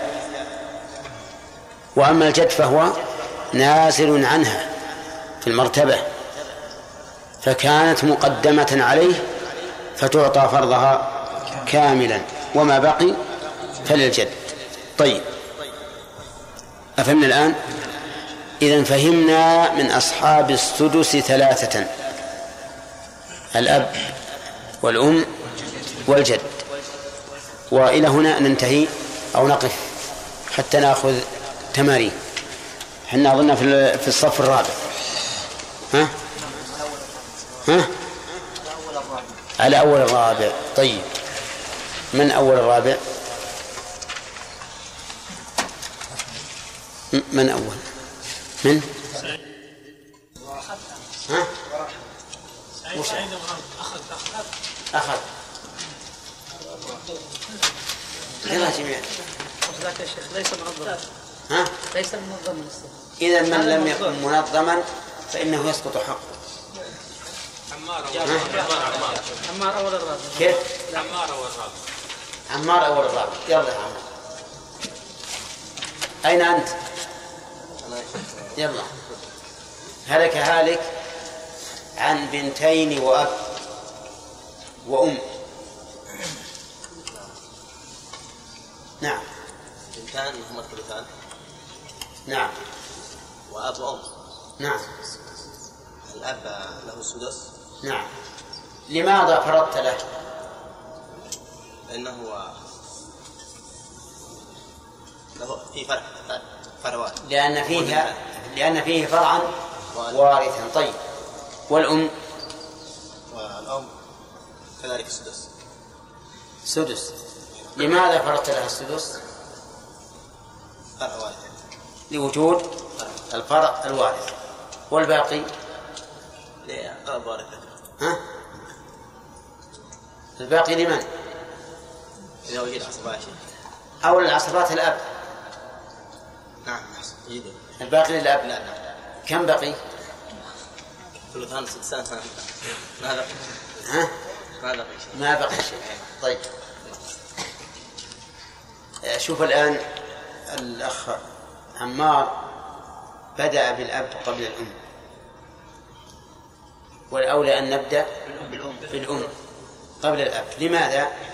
وأما الجد فهو نازل عنها في المرتبة، فكانت مقدمة عليه فتعطى فرضها كاملا، وما بقي فللجد. طيب، أفهمنا الآن؟ إذن فهمنا من أصحاب السدس ثلاثة: الأب والأم والجد. وإلى هنا ننتهي أو نقف حتى نأخذ تمارين. حنا أظن في الصف الرابع. ها؟ ها؟ على أول الرابع. طيب، من أول الرابع؟ من أول؟ من؟ ها؟ وش؟ أخذ أخذ يلا جميعا. ذاك يا شيخ ليس منظما. ها؟ ليس منظما. إذا من لم يكن منظما فإنه يسقط حقه. عمار عمار أول الرابع. كيف؟ عمار أول الرابع. عمار أول الرابع. يلا يا عمار. أين أنت؟ يلا. هلك هالك عن بنتين وأب وأم. نعم. بنتان هما الثلثان. نعم. وأب وأم. نعم. الأب له السدس. نعم. لماذا فرضت له؟ لأنه له في فرع فرع واحد لأن فيه لأن فيه فرعا وارث. وارثا. طيب، والأم والأم كذلك السدس. سدس. لماذا فرضت لها السدس؟ فرع واحد لوجود الفرع الوارث. والباقي لأقرب وارثة. ها؟ الباقي لمن؟ إذا وجد عصبات أو العصبات الأب. نعم يجد. الباقي للأب. لا لا كم بقي؟ ثلثان ست سنة ما بقي. ها؟ ما بقي شيء. ما بقي شيء. طيب، شوف الآن الأخ عمار بدأ بالأب قبل الأم، والأولى أن نبدأ بالأم قبل الأب. لماذا؟